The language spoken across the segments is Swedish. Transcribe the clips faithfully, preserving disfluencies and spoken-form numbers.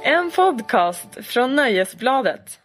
En podcast från Nöjesbladet.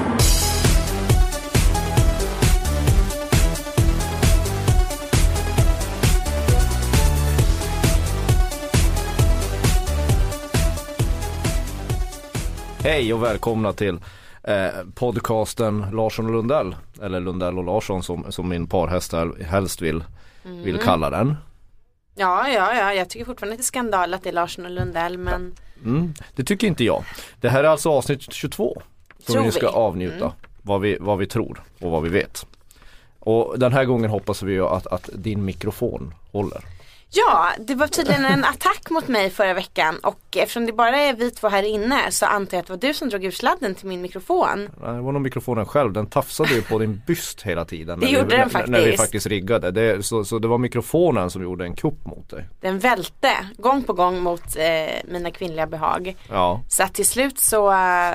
Hej och välkomna till eh, podcasten Larsson och Lundell. Eller Lundell och Larsson som, som min parhäst helst vill, mm. vill kalla den. Ja, ja, ja, jag tycker fortfarande att det är skandal att det är Larsson och Lundell, men... Mm, det tycker inte jag. Det här är alltså avsnitt tjugotvå som tror vi ska vi. avnjuta mm. vad, vi, vad vi tror och vad vi vet. Och den här gången hoppas vi ju att, att din mikrofon håller. Ja, det var tydligen en attack mot mig förra veckan. Och eftersom det bara är vi två här inne så antar jag att det var du som drog ur sladden till min mikrofon. Nej, det var nog mikrofonen själv. Den tafsade ju på din byst hela tiden. Det gjorde vi, den faktiskt. När vi faktiskt riggade. Det, så, så det var mikrofonen som gjorde en kupp mot dig. Den välte gång på gång mot eh, mina kvinnliga behag. Ja. Så att till slut så,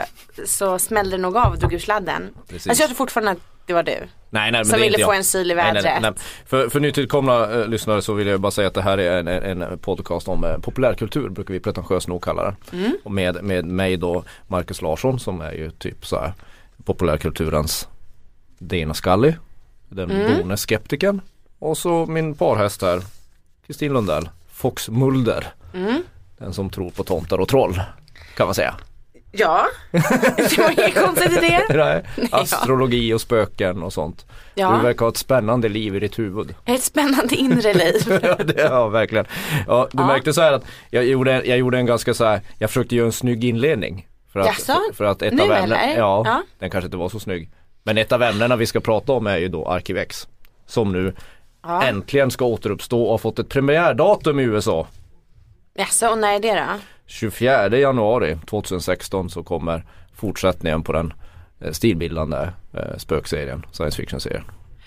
så smällde det nog av och drog ur sladden. Precis. Alltså jag tror fortfarande att det var du. Nej, nej, men som det ville inte få jag. en syl i vädret. Nej, nej, nej. För, för nytillkomna eh, lyssnare så vill jag bara säga att det här är en, en, en podcast om eh, populärkultur, brukar vi pretentiöst nog kalla det. Mm. Och med, med mig då Marcus Larsson som är ju typ så här populärkulturens Dana Scully, den mm. bone skeptiken. Och så min parhäst här, Kristin Lundell, Fox Mulder. Mm. Den som tror på tomtar och troll, kan man säga. Ja, det var inget konstigt i det. Nej, astrologi och spöken och sånt. Ja. Du verkar ha ett spännande liv i ditt huvud. Ett spännande inre liv. Ja, det, ja, verkligen. Ja, du ja. märkte så här att jag gjorde, jag gjorde en ganska så här, jag försökte göra en snygg inledning. För att, för, för att ett nu av ämnena, ja, ja, den kanske inte var så snygg. Men ett av ämnena vi ska prata om är ju då Arkivex. Som nu ja. äntligen ska återuppstå och har fått ett premiärdatum i U S A. Jaså, och när är det då? tjugofjärde januari tjugohundrasexton så kommer fortsättningen på den stilbildande eh, spökserien, science fiction-serien.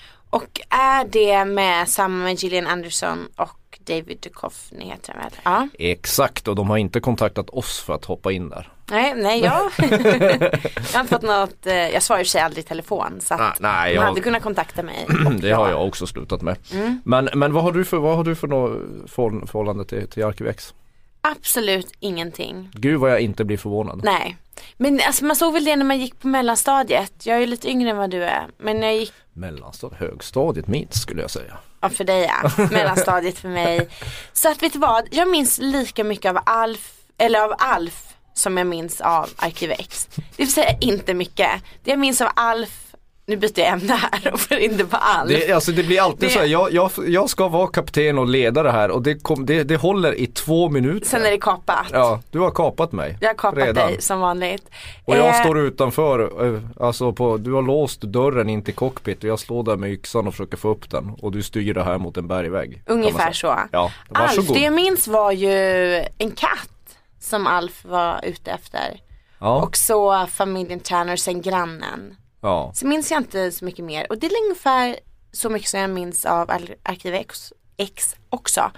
Och är det med samma med Gillian Anderson och David Duchovny heter det väl? Ja. Exakt, och de har inte kontaktat oss för att hoppa in där. Nej, nej, jag, jag har inte fått något, jag svarar ju sig aldrig i telefon så att nej, nej, jag... de hade kunnat kontakta mig. Det har jag också slutat med. Mm. Men, men vad har du för, vad har du för något för, förhållande till, till Arkivex? Absolut ingenting. Gud vad jag inte blir förvånad. Nej, men alltså, man såg väl det när man gick på mellanstadiet. Jag är ju lite yngre än vad du är. Men när jag gick... Mellanstadiet, högstadiet minst skulle jag säga. Ja, för dig ja. Mellanstadiet för mig. Så att vet du vad, jag minns lika mycket av Alf, eller av Alf som jag minns av Arkivex. Det vill säga inte mycket. Det jag minns av Alf, nu byter jag ämne här och får inte på allt. Det, alltså det blir alltid det... så här, jag, jag, jag ska vara kapten och ledare här och det, kom, det, det håller i två minuter. Sen är det kapat. Ja, du har kapat mig. Jag har kapat redan. dig som vanligt. Och jag eh... står utanför, alltså på, du har låst dörren in till cockpit och jag slår där med yxan och försöker få upp den. Och du styr det här mot en bergvägg. Ungefär så. Ja, Alf, det jag minns var ju en katt som Alf var ute efter. Ja. Och så familjen Tanner, sen grannen. Ja. Så minns jag inte så mycket mer. Och det är ungefär så mycket som jag minns av Arkivex X också.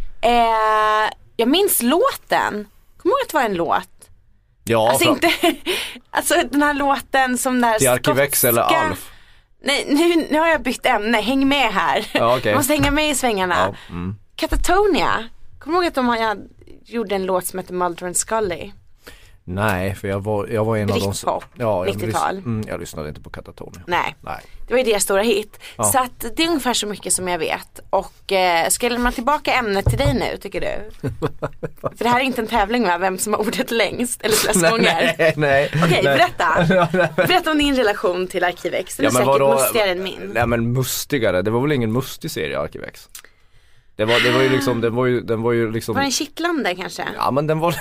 Eh, jag minns låten. Kommer du ihåg att det var en låt? Ja. Alltså, inte, alltså den här låten som där till Arkivex eller Alf? Nej, nu, nu har jag bytt ämne. Häng med här. Ja, okay. Jag måste hänga med i svängarna. Ja. Mm. Katatonia. Kommer du ihåg att de har, gjorde en låt som heter Mulder and Scully? Nej, för jag var, jag var en Britpop, av de som... Ja, jag, nittiotal. Lys, mm, jag lyssnade inte på Katatonia. Nej. Nej, det var ju deras stora hit. Ja. Så att det är ungefär så mycket som jag vet. Och eh, ska jag lämna tillbaka ämnet till dig nu, tycker du? För det här är inte en tävling med vem som har ordet längst eller flest gånger. Nej, nej. Okej, okay, berätta. Berätta om din relation till Arkivex. Den ja, är säkert vadå, mustigare än min. Nej, men mustigare. Det var väl ingen mustig serie, Arkivex. Det var, det var ju liksom, den var ju, den var ju liksom... Var den kittlande kanske? Ja, men den var...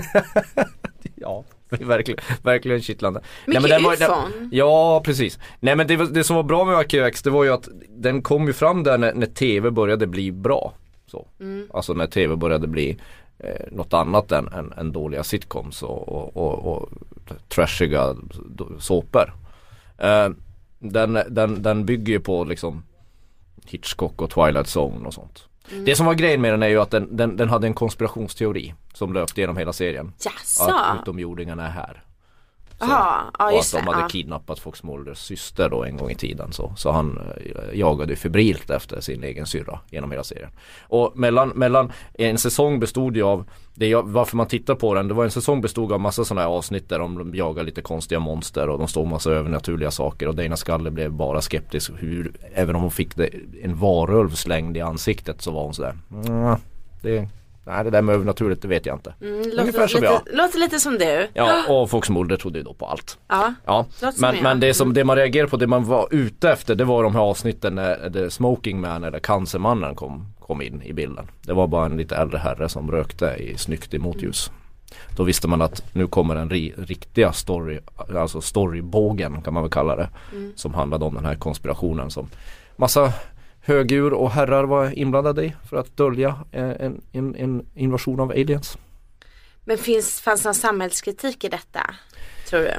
ja, verkligen, verkligen kittlande. Mycket Nej, men den var, den, ja, precis. Nej, men det, det som var bra med Arkivex, det var ju att den kom ju fram där när, när tv började bli bra. Så. Mm. Alltså när tv började bli eh, något annat än, än, än dåliga sitcoms och, och, och, och trashiga såpor. Eh, den, den, den bygger ju på liksom Hitchcock och Twilight Zone och sånt. Mm. Det som var grejen med den är ju att den, den, den hade en konspirationsteori som löpte genom hela serien. Jaså? Att utomjordingarna är här. Så, Aha, ja, och just att de det, hade ja. kidnappat Fox Mulders syster då en gång i tiden. Så, så han eh, jagade ju febrilt efter sin egen syrra genom hela serien. Och mellan, mellan en säsong bestod ju av, det jag, varför man tittar på den, det var en säsong bestod av massa sådana här avsnitt där de jagar lite konstiga monster och de står massa övernaturliga saker och Dana Scully blev bara skeptisk hur, även om hon fick det, en varulv slängd i ansiktet så var hon sådär mm, det Nej, det där med övernaturligt, det vet jag inte. Mm, Ungefär låter, som lite, jag. låter lite som du. Ja, och Fox Mulder trodde ju då på allt. Ja, ja. Men, men det, som, det man reagerar på, det man var ute efter, det var de här avsnitten när The Smoking Man eller Cancermannen kom, kom in i bilden. Det var bara en lite äldre herre som rökte i snyggt i motljus. Mm. Då visste man att nu kommer en ri, riktiga story, alltså storybågen kan man väl kalla det, mm. som handlade om den här konspirationen som massa högur och herrar var inblandade i för att dölja en, en, en invasion av aliens. Men finns, fanns det någon samhällskritik i detta, tror du?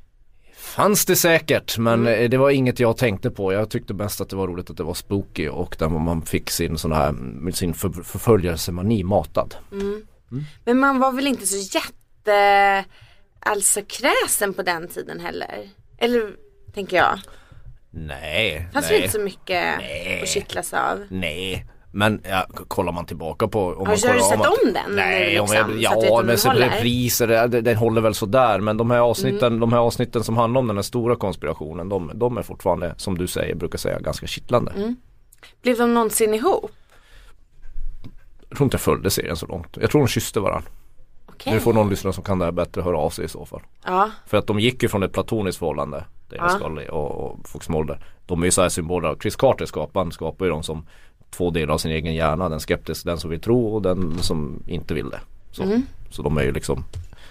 Fanns det säkert, men mm. det var inget jag tänkte på. Jag tyckte bäst att det var roligt att det var spooky och där man fick sin sån här, sin för, förföljelsemani matad. Mm. Mm. Men man var väl inte så jätte alltså kräsen på den tiden heller? Eller, tänker jag. Nej. Fanns nej. det inte så mycket nej. att kittlas av? Nej. Men ja, kollar man tillbaka på... Om har man du sett om, om den? Nej, liksom, om jag, ja, så men så repriser, den, den håller väl sådär. Men de här avsnitten, mm. de här avsnitten som handlar om den här stora konspirationen, de, de är fortfarande, som du säger, brukar säga, ganska kittlande. Mm. Blev de någonsin ihop? Jag tror inte jag följde serien så långt. Jag tror de kysste varandra. Okay. Nu får någon lyssnare som kan det här bättre höra av sig i så fall. Ja. För att de gick ju från ett platoniskt förhållande, Dana ja. Scully och, och Fox Mulder. De är ju så här symboler. Chris Carter skapar, skapar ju dem som två delar av sin egen hjärna. Den skeptisk, den som vill tro och den som inte vill det. Så, mm. så de är ju liksom,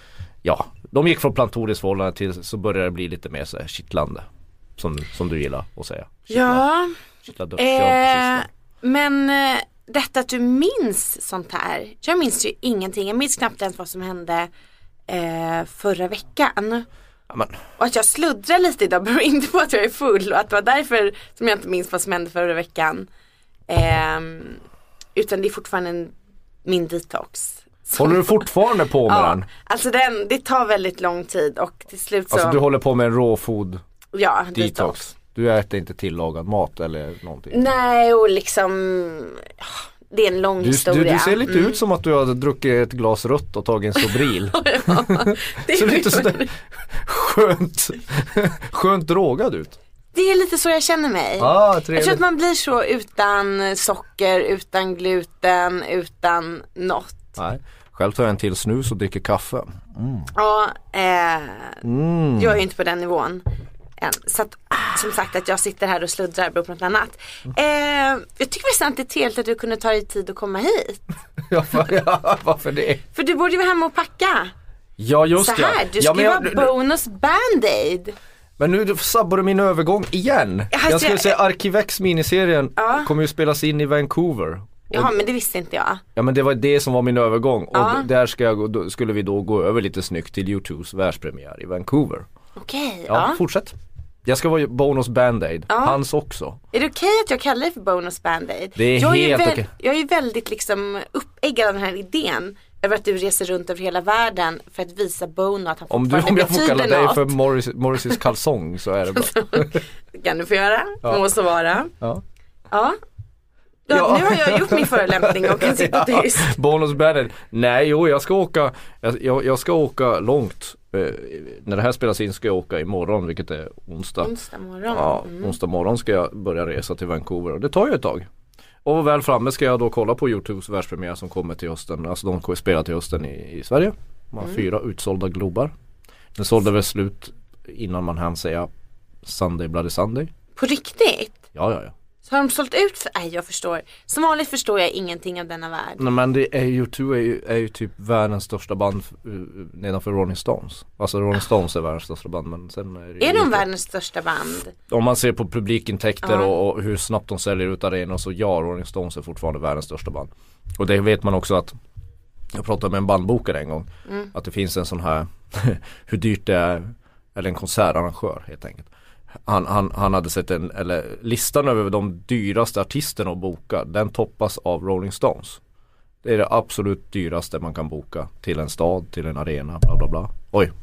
ja, de gick från platoniskt förhållande till så börjar det bli lite mer så här kittlande. Som, som du gillar att säga. Kittla, ja. Kittla dödskön, eh, men eh, detta att du minns sånt här. Jag minns ju ingenting. Jag minns knappt ens vad som hände eh, förra veckan. Amen. Och att jag sluddrar lite idag beror inte på att jag är full och att det var därför som jag inte minns vad som hände förra veckan. Eh, utan det är fortfarande en, min detox. Håller du fortfarande på med ja, den? Alltså den, det tar väldigt lång tid och till slut så... Alltså du håller på med en råfood ja, detox. detox. Du äter inte tillagad mat eller någonting? Nej, och liksom... Det är en lång du, historia. Du, du ser lite mm. ut som att du hade druckit ett glas rött och tagit en Sobril. ja, det är så lite sådär skönt, skönt drogad ut. Det är lite så jag känner mig. Ah, jag tror att man blir så utan socker, utan gluten, utan något. Nej, själv tar jag en till snus och dricker kaffe. Mm. Ja, eh, mm. jag är ju inte på den nivån än. Så att, som sagt att jag sitter här och sluddrar beror på något annat. Eh, jag tycker väl att det är trevligt att du kunde ta dig tid att komma hit. ja, för, ja, varför det? För du borde ju vara hemma och packa. Ja, just så här, ja. du ja, ska jag, vara bonus band-aid. Men nu sabbar du min övergång igen. Alltså, jag skulle säga Arkivex miniserien ja. kommer ju spelas in i Vancouver. Ja, men det visste inte jag. Ja, men det var det som var min övergång. Ja. Och där ska jag, då skulle vi då gå över lite snyggt till YouTubes världspremiär i Vancouver. Okej, okay, ja. ja. Fortsätt. Jag ska vara bonus band-aid. Ja. Hans också. Är det okej att jag kallar dig för bonus band-aid? Det är jag helt är okej. Jag är väldigt liksom uppeggad av den här idén. Över att du reser runt över hela världen för att visa Bono att han om du, om jag får kalla dig för Morris, Morrises kalsong så är det bra. Det kan du få göra. Ja. Måste vara. Ja. Ja. Ja, ja. Nu har jag gjort min förelämpning och kan sitta ja. tyst. Bonus band. Nej, jo, jag ska åka jag, jag ska åka långt. Eh, när det här spelas in ska jag åka imorgon, vilket är onsdag. Onsdag morgon. Ja, mm. onsdag morgon ska jag börja resa till Vancouver och det tar ju ett tag. Och väl framme ska jag då kolla på YouTubes världspremiär som kommer till hösten. Alltså de kommer spela till hösten i, i Sverige. Man har mm. fyra utsålda globar. Den sålde väl slut innan man hann säga Sunday Bloody Sunday. På riktigt? Ja, ja, ja. Så har de sålt ut för... Nej, jag förstår. Som vanligt förstår jag ingenting av denna värld. Nej, men det är ju, U två är ju, är ju typ världens största band uh, nedanför Rolling Stones. Alltså Rolling Stones är världens största band. Men sen är det är de lite... världens största band? Om man ser på publikintäkter uh. och, och hur snabbt de säljer ut arenor så ja, Rolling Stones är fortfarande världens största band. Och det vet man också att jag pratade med en bandbokare en gång. Mm. Att det finns en sån här hur dyrt det är, eller en konsertarrangör helt enkelt. Han, han, han hade sett en, eller listan över de dyraste artisterna att boka, den toppas av Rolling Stones. Det är det absolut dyraste man kan boka till en stad, till en arena, bla bla bla. Oj, pong.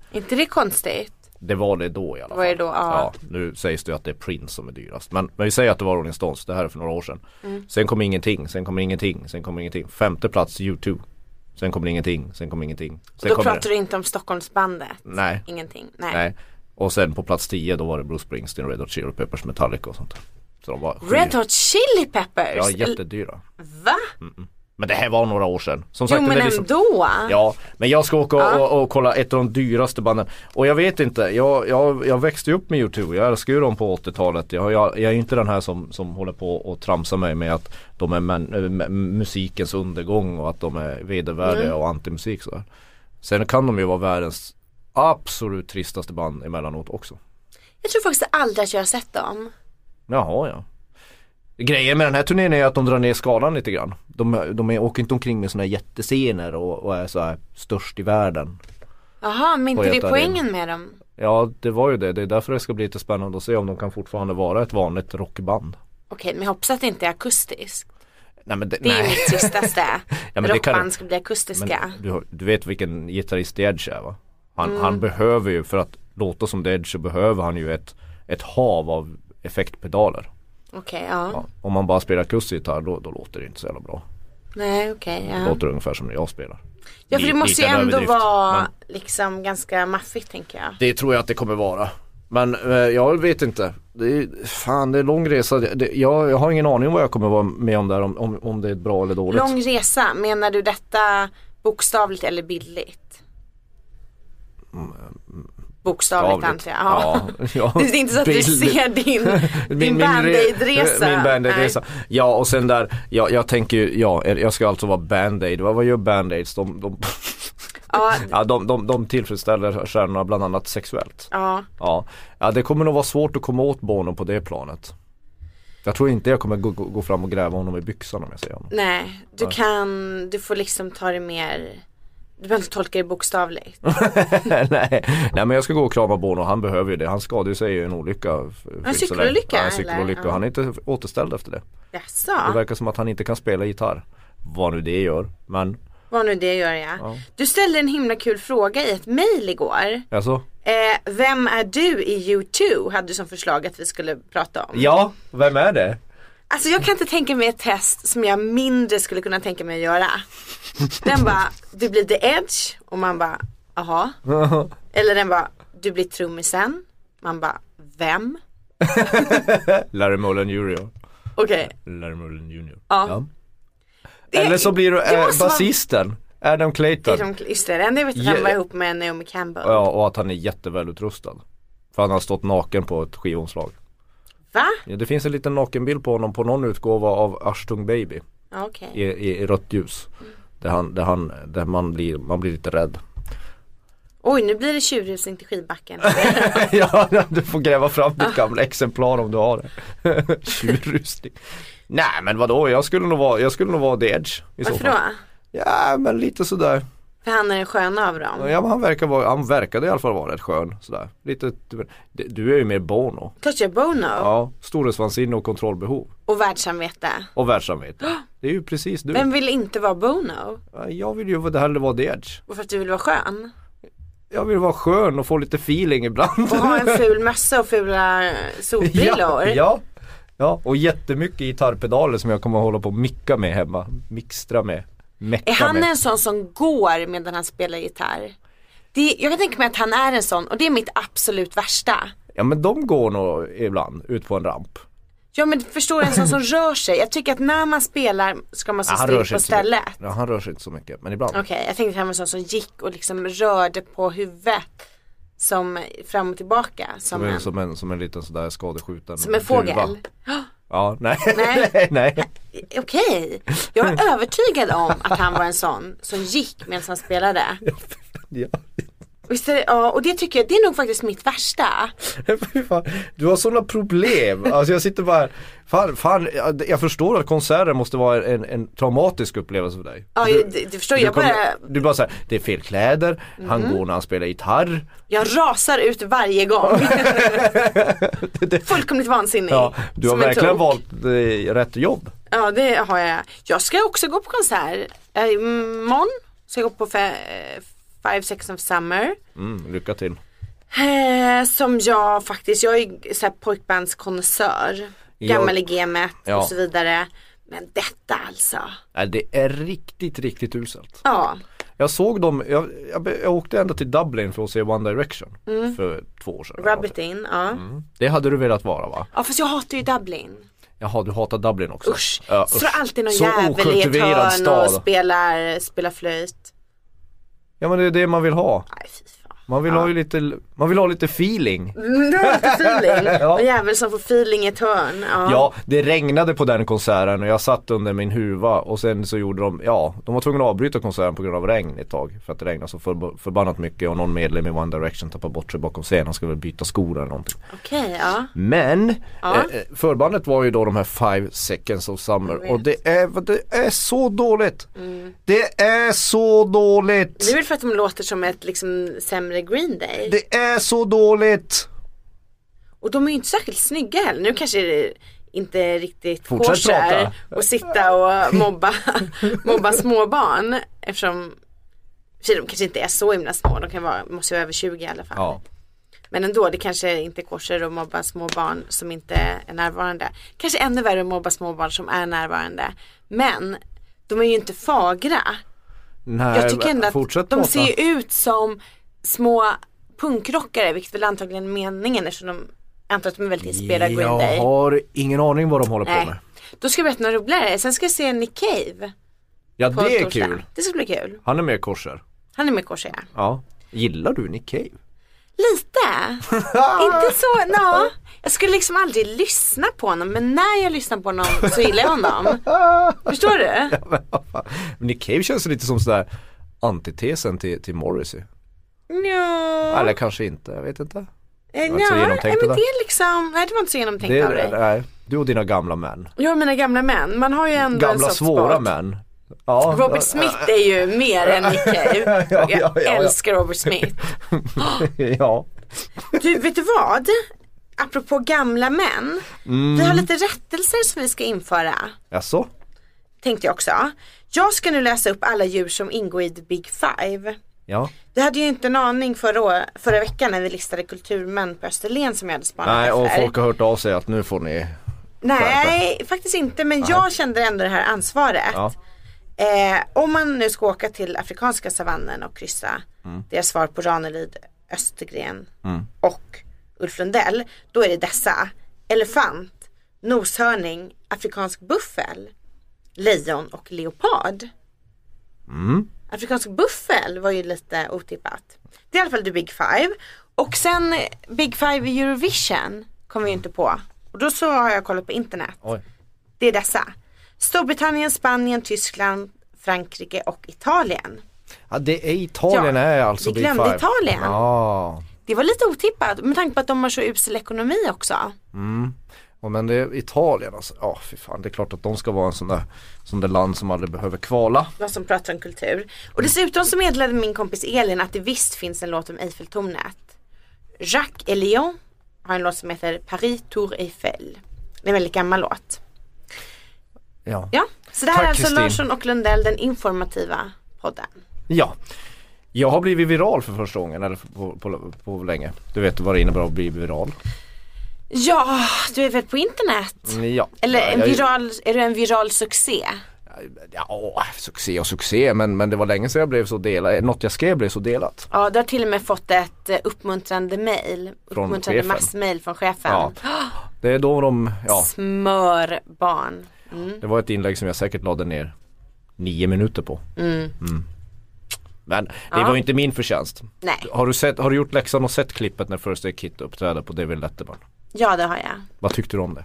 Inte det konstigt? Det var det då i alla fall. Var det då? Ja. Ja, nu sägs det ju att det är Prince som är dyrast. Men, men vi säger att det var Rolling Stones, det här är för några år sedan. Mm. Sen kommer ingenting, sen kommer ingenting, sen kommer ingenting. Femte plats U två. Sen kommer ingenting, sen kommer ingenting. Sen då kommer pratar det. du inte om Stockholmsbandet? Nej. Ingenting? Nej. Nej. Och sen på plats tio då var det Bruce Springsteen, Red Hot Chili Peppers, Metallica och sånt. Så de var Red Hot Chili Peppers? Ja, jättedyra. Va? Mm-mm. Men det här var några år sedan. Som sagt, jo men det är liksom... ändå. Ja, men jag ska åka ja. och, och kolla ett av de dyraste banden. Och jag vet inte, jag, jag, jag växte upp med U två. Jag älskar ju dem på åttiotalet. Jag, jag, jag är inte den här som, som håller på och tramsar mig med att de är man, äh, musikens undergång och att de är vedervärdiga mm. och antimusik. Så. Sen kan de ju vara världens absolut tristaste band emellanåt också. Jag tror faktiskt aldrig att jag har sett dem. Jaha, ja. Grejen med den här turnén är att de drar ner skalan lite grann. De, de är, åker inte omkring med såna här jättescener och, och är så här störst i världen. Jaha, men inte det är poängen med dem? Ja, det var ju det. Det är därför det ska bli lite spännande att se om de kan fortfarande vara ett vanligt rockband. Okej, men jag hoppas att det inte är akustiskt. Nej, men det, det är nej. mitt tristaste. Ja, rockband kan, ska bli akustiska. Du, du vet vilken gitarrist Edge är, va? Han, mm. han behöver ju, för att låta som Edge, så behöver han ju ett, ett hav av effektpedaler. Okej, okay, ja. ja. Om man bara spelar akustisk gitarr då, då låter det inte så jävla bra. Nej, okej, okay, ja. Det låter ungefär som när jag spelar. Ja, för det måste ju ändå överdrift, vara men... liksom ganska maffigt, tänker jag. Det tror jag att det kommer vara. Men eh, jag vet inte. Det är, fan, det är lång resa. Det, det, jag, jag har ingen aning om vad jag kommer vara med om där, om, om, om det är bra eller dåligt. Lång resa, menar du detta bokstavligt eller bildligt? Mm, bokstavligt antar jag. Ja. Ja, det är inte så att bild. Du ser din, din min, Band-Aid-resa. Min Band-Aid-resa. Ja, och sen där, ja, jag tänker ju, ja, jag ska alltså vara Band-Aid. Vad, vad gör Band-Aids? De, de, ja. ja, de, de, de tillfredsställer stjärnorna bland annat sexuellt. Ja. Ja. Ja, det kommer nog vara svårt att komma åt Bono på det planet. Jag tror inte jag kommer gå, gå, gå fram och gräva honom i byxan om jag säger honom. Nej, du ja. kan, du får liksom ta det mer... Du behöver inte tolka det bokstavligt. nej, nej, men jag ska gå och krama Bono. Han behöver ju det. Han skadade sig i en olycka. En cykelolycka? Ja, en cykelolycka. Ja. Han är inte återställd efter det. Jaså? Det verkar som att han inte kan spela gitarr. Vad nu det gör. Men... Vad nu det gör, ja. ja. Du ställde en himla kul fråga i ett mejl igår. Jaså? Eh, vem är du i U två? Hade du som förslag att vi skulle prata om. Ja, vem är det? Alltså jag kan inte tänka mig ett test som jag mindre skulle kunna tänka mig att göra. Den bara, du blir The Edge. Och man bara, aha. Eller den bara, du blir trummisen. Man bara, vem? Larry Mullen junior Okej. Okay. Larry Mullen junior Ja, ja. Det, eller så blir du äh, basisten vara... Adam Clayton. Adam, just det, den vet att han var ihop med Naomi Campbell. Ja, och att han är jättevälutrustad. För han har stått naken på ett skivomslag. Va? Ja, det finns en liten nakenbild på honom på någon utgåva av Ashtung Baby. Okay. I, i, i rött ljus. Mm. Där, han, där, han, där man, blir, man blir lite rädd. Oj, nu blir det tjurrusning till skidbacken. Ja, du får gräva fram ditt gamla exemplar om du har det. Tjurrusning. Nej, men vadå? Jag skulle nog vara, jag skulle nog vara The Edge. I Varför så fall. då? Ja, men lite sådär. För han är den sköna av dem. Ja, men han, verkar vara, han verkade i alla fall vara rätt skön. Sådär. Lite, du, du är ju mer Bono. Klart jag är Bono. Ja, storhetsvansinne och kontrollbehov. Och världssamvete. Och världssamvete. Det är ju precis du. Vem vill inte vara Bono? Jag vill ju hellre vara The Edge. Och för att du vill vara skön? Jag vill vara skön och få lite feeling ibland. Och ha en ful mössa och fula solbrillor. Ja, ja, ja, och jättemycket gitarrpedaler som jag kommer att hålla på och micka med hemma. Mixtra med. Mecka är han med. En sån som går medan han spelar gitarr? Det, jag kan tänka mig att han är en sån. Och det är mitt absolut värsta. Ja, men de går nog ibland ut på en ramp. Ja, men förstår en sån som rör sig. Jag tycker att när man spelar ska man så ja, still på stället. Ja, han rör sig inte så mycket, men ibland. Okej, okay, jag tänkte att han var en sån som gick och liksom rörde på huvudet. Som fram och tillbaka. Som, som, en, en, som, en, som en liten sådär skadeskjuten. Som en fågel. Duva. Ja, nej. Nej. nej. Okej, okay. Jag är övertygad om att han var en sån som gick medan han spelade. Ja. Visst är det, ja, och det tycker jag, det är nog faktiskt mitt värsta. Du har sådana problem. Alltså jag sitter bara fan, fan, jag förstår att konserter måste vara en, en traumatisk upplevelse för dig. Ja, du, det, det förstår du jag kommer, bara. Du bara säger, det är fel kläder, mm. han går när han spelar gitarr. Jag rasar ut varje gång. Fullkomligt vansinnig. Ja, du har verkligen valt eh, rätt jobb. Ja, det har jag. Jag ska också gå på konsert. Imorgon ska jag gå på fe- Five Seconds of Summer. Mm, lycka till. Eh, som jag faktiskt, jag är så här pojkbandskonnässör. Gammal i gamet ja. och så vidare. Men detta alltså. Nej, det är riktigt, riktigt uselt. Ja. Jag såg dem, jag, jag, jag åkte ända till Dublin för att se One Direction mm. för två år sedan. Rub it in, ja. Mm. Det hade du velat vara, va? Ja, fast jag hatar ju Dublin. Jaha, du hatar Dublin också. Usch, ja, usch. står alltid någon så jävel i ett hörn stad. och spelar, spelar flöjt. Ja, men det är det man vill ha. Nej, fy fan. Man vill ja. ha ju lite, man vill ha lite feeling. Mm, du har lite feeling. ja. En jävel som får feeling i ett hörn. Ja. ja, det regnade på den konserten och jag satt under min huva och sen så gjorde de, ja, de var tvungna att avbryta konserten på grund av regn ett tag. För att det regnade så för, förbannat mycket och någon medlem i One Direction tappade bort sig bakom scenen och skulle väl byta skor eller någonting. Okej, okay, ja. Men ja. Eh, förbandet var ju då de här Five Seconds of Summer och det är, det är så dåligt. Mm. Det är så dåligt. Det är väl för att de låter som ett liksom sämre Green Day. Det är så dåligt. Och de är ju inte särskilt snygga heller. Nu kanske det inte riktigt Fortsätt kosher och sitta och mobba, mobba småbarn. Eftersom de kanske inte är så himla små. De kan vara, måste vara över tjugo i alla fall. Ja. Men ändå, det kanske inte är kosher att mobba små barn som inte är närvarande. Kanske ännu värre att mobba små barn som är närvarande. Men de är ju inte fagra. Nej, jag tycker ändå att de prata. ser ut som små punkrockare, vilket väl antagligen meningen eftersom de antar att de är väldigt inspirerade av Green Day. Jag har ingen aning vad de håller Nej. på med. Då ska jag berätta något roligare. Sen ska jag se Nick Cave. Ja, det är torsdag. kul. Det ska bli kul. Han är med kosher. Han är med kosher, ja. Ja. Gillar du Nick Cave? Lite. Inte så, no. Jag skulle liksom aldrig lyssna på honom. Men när jag lyssnar på honom så gillar jag honom. Förstår du? Ja, men Nick Cave känns lite som sådär antitesen till, till Morrissey. Ja. Eller kanske inte, jag vet inte. Ja, nej, men det är liksom, nej, det var inte så genomtänkt det, av dig. Nej, du och dina gamla män. Jag och mina gamla män, man har ju ändå gamla en svåra spot. Män. Ja. Robert Smith är ju mer än Nick Cave. ja, Jag ja, ja, älskar ja. Robert Smith. ja. Du, vet du vad? Apropå gamla män. Mm. Vi har lite rättelser som vi ska införa. Jaså? Tänkte jag också. Jag ska nu läsa upp alla djur som ingår i The Big Five. Ja. Det hade ju inte en aning förra, förra veckan när vi listade kulturmän på Österlen som jag hade spanat Nej, efter. och folk har hört av sig att nu får ni... Nej, skärpa. Faktiskt inte. Men Nej. jag kände ändå det här ansvaret. Ja. Eh, om man nu ska åka till afrikanska savannen och kryssa mm. deras svar på Ranelid, Östergren mm. och Ulf Lundell, då är det dessa: elefant, noshörning, afrikansk buffel, lejon och leopard. Mm. Afrikansk buffel var ju lite otippat. Det är i alla fall The Big Five. Och sen Big Five i Eurovision kom vi ju inte på. Och då så har jag kollat på internet. Oj. Det är dessa: Storbritannien, Spanien, Tyskland, Frankrike och Italien. Ja, det är Italien ja, är alltså Big Five. Vi glömde Italien. Ja. Det var lite otippat med tanke på att de har så usel ekonomi också. Mm. Ja, men det är Italien alltså. Ja, fy fan, det är klart att de ska vara en sån där, sån där land som aldrig behöver kvala. Vad som pratar om kultur. Och dessutom så meddelade min kompis Elin att det visst finns en låt om Eiffeltornet. Jacques Elion har en låt som heter Paris Tour Eiffel. Det är en väldigt gammal låt. Ja. Ja, så det här Tack, är alltså Kristin. Larsson och Lundell, den informativa podden. Ja. Jag har blivit viral för första gången eller på, på, på länge. Du vet vad det innebär att bli viral. Ja, du är väl på internet? Ja. Eller en jag, viral, är du en viral succé? Ja, succé och succé, men, men det var länge sedan jag blev så delad. Något jag skrev blev så delat. Ja, du har till och med fått ett uppmuntrande mejl. Uppmuntrande massmejl från chefen. Ja. Det är då de, ja. Smörbarn. Mm. Det var ett inlägg som jag säkert lade ner nio minuter på. Mm. Mm. Men det ja. var ju inte min förtjänst. Nej. Har du, sett, har du gjort läxan och sett klippet när First Aid Kit uppträdde på David Letterman? Ja, det har jag. Vad tyckte du om det?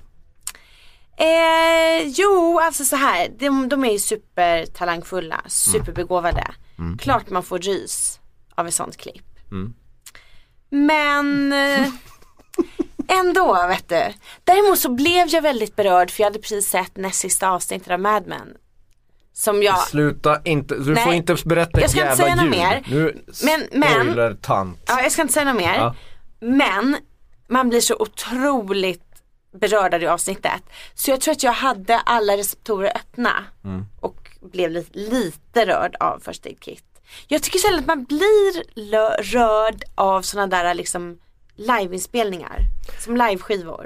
Eh, jo, alltså så här. De, de är ju supertalangfulla, superbegåvade. Mm. Klart man får rys av ett sånt klipp. Mm. Men eh, ändå, vet du. Däremot så blev jag väldigt berörd för jag hade precis sett näst sista avsnittet av Mad Men. Som jag... Sluta inte, du Nej, får inte berätta ett jävla ljud. Jag ska inte säga något mer. Nu men, men, tant. Ja, jag ska inte säga något mer. Ja. Men man blir så otroligt berörd av det avsnittet. Så jag tror att jag hade alla receptorer öppna. Mm. Och blev lite, lite rörd av First Aid Kit. Jag tycker sällan att man blir lö- rörd av såna där liksom liveinspelningar. Som liveskivor.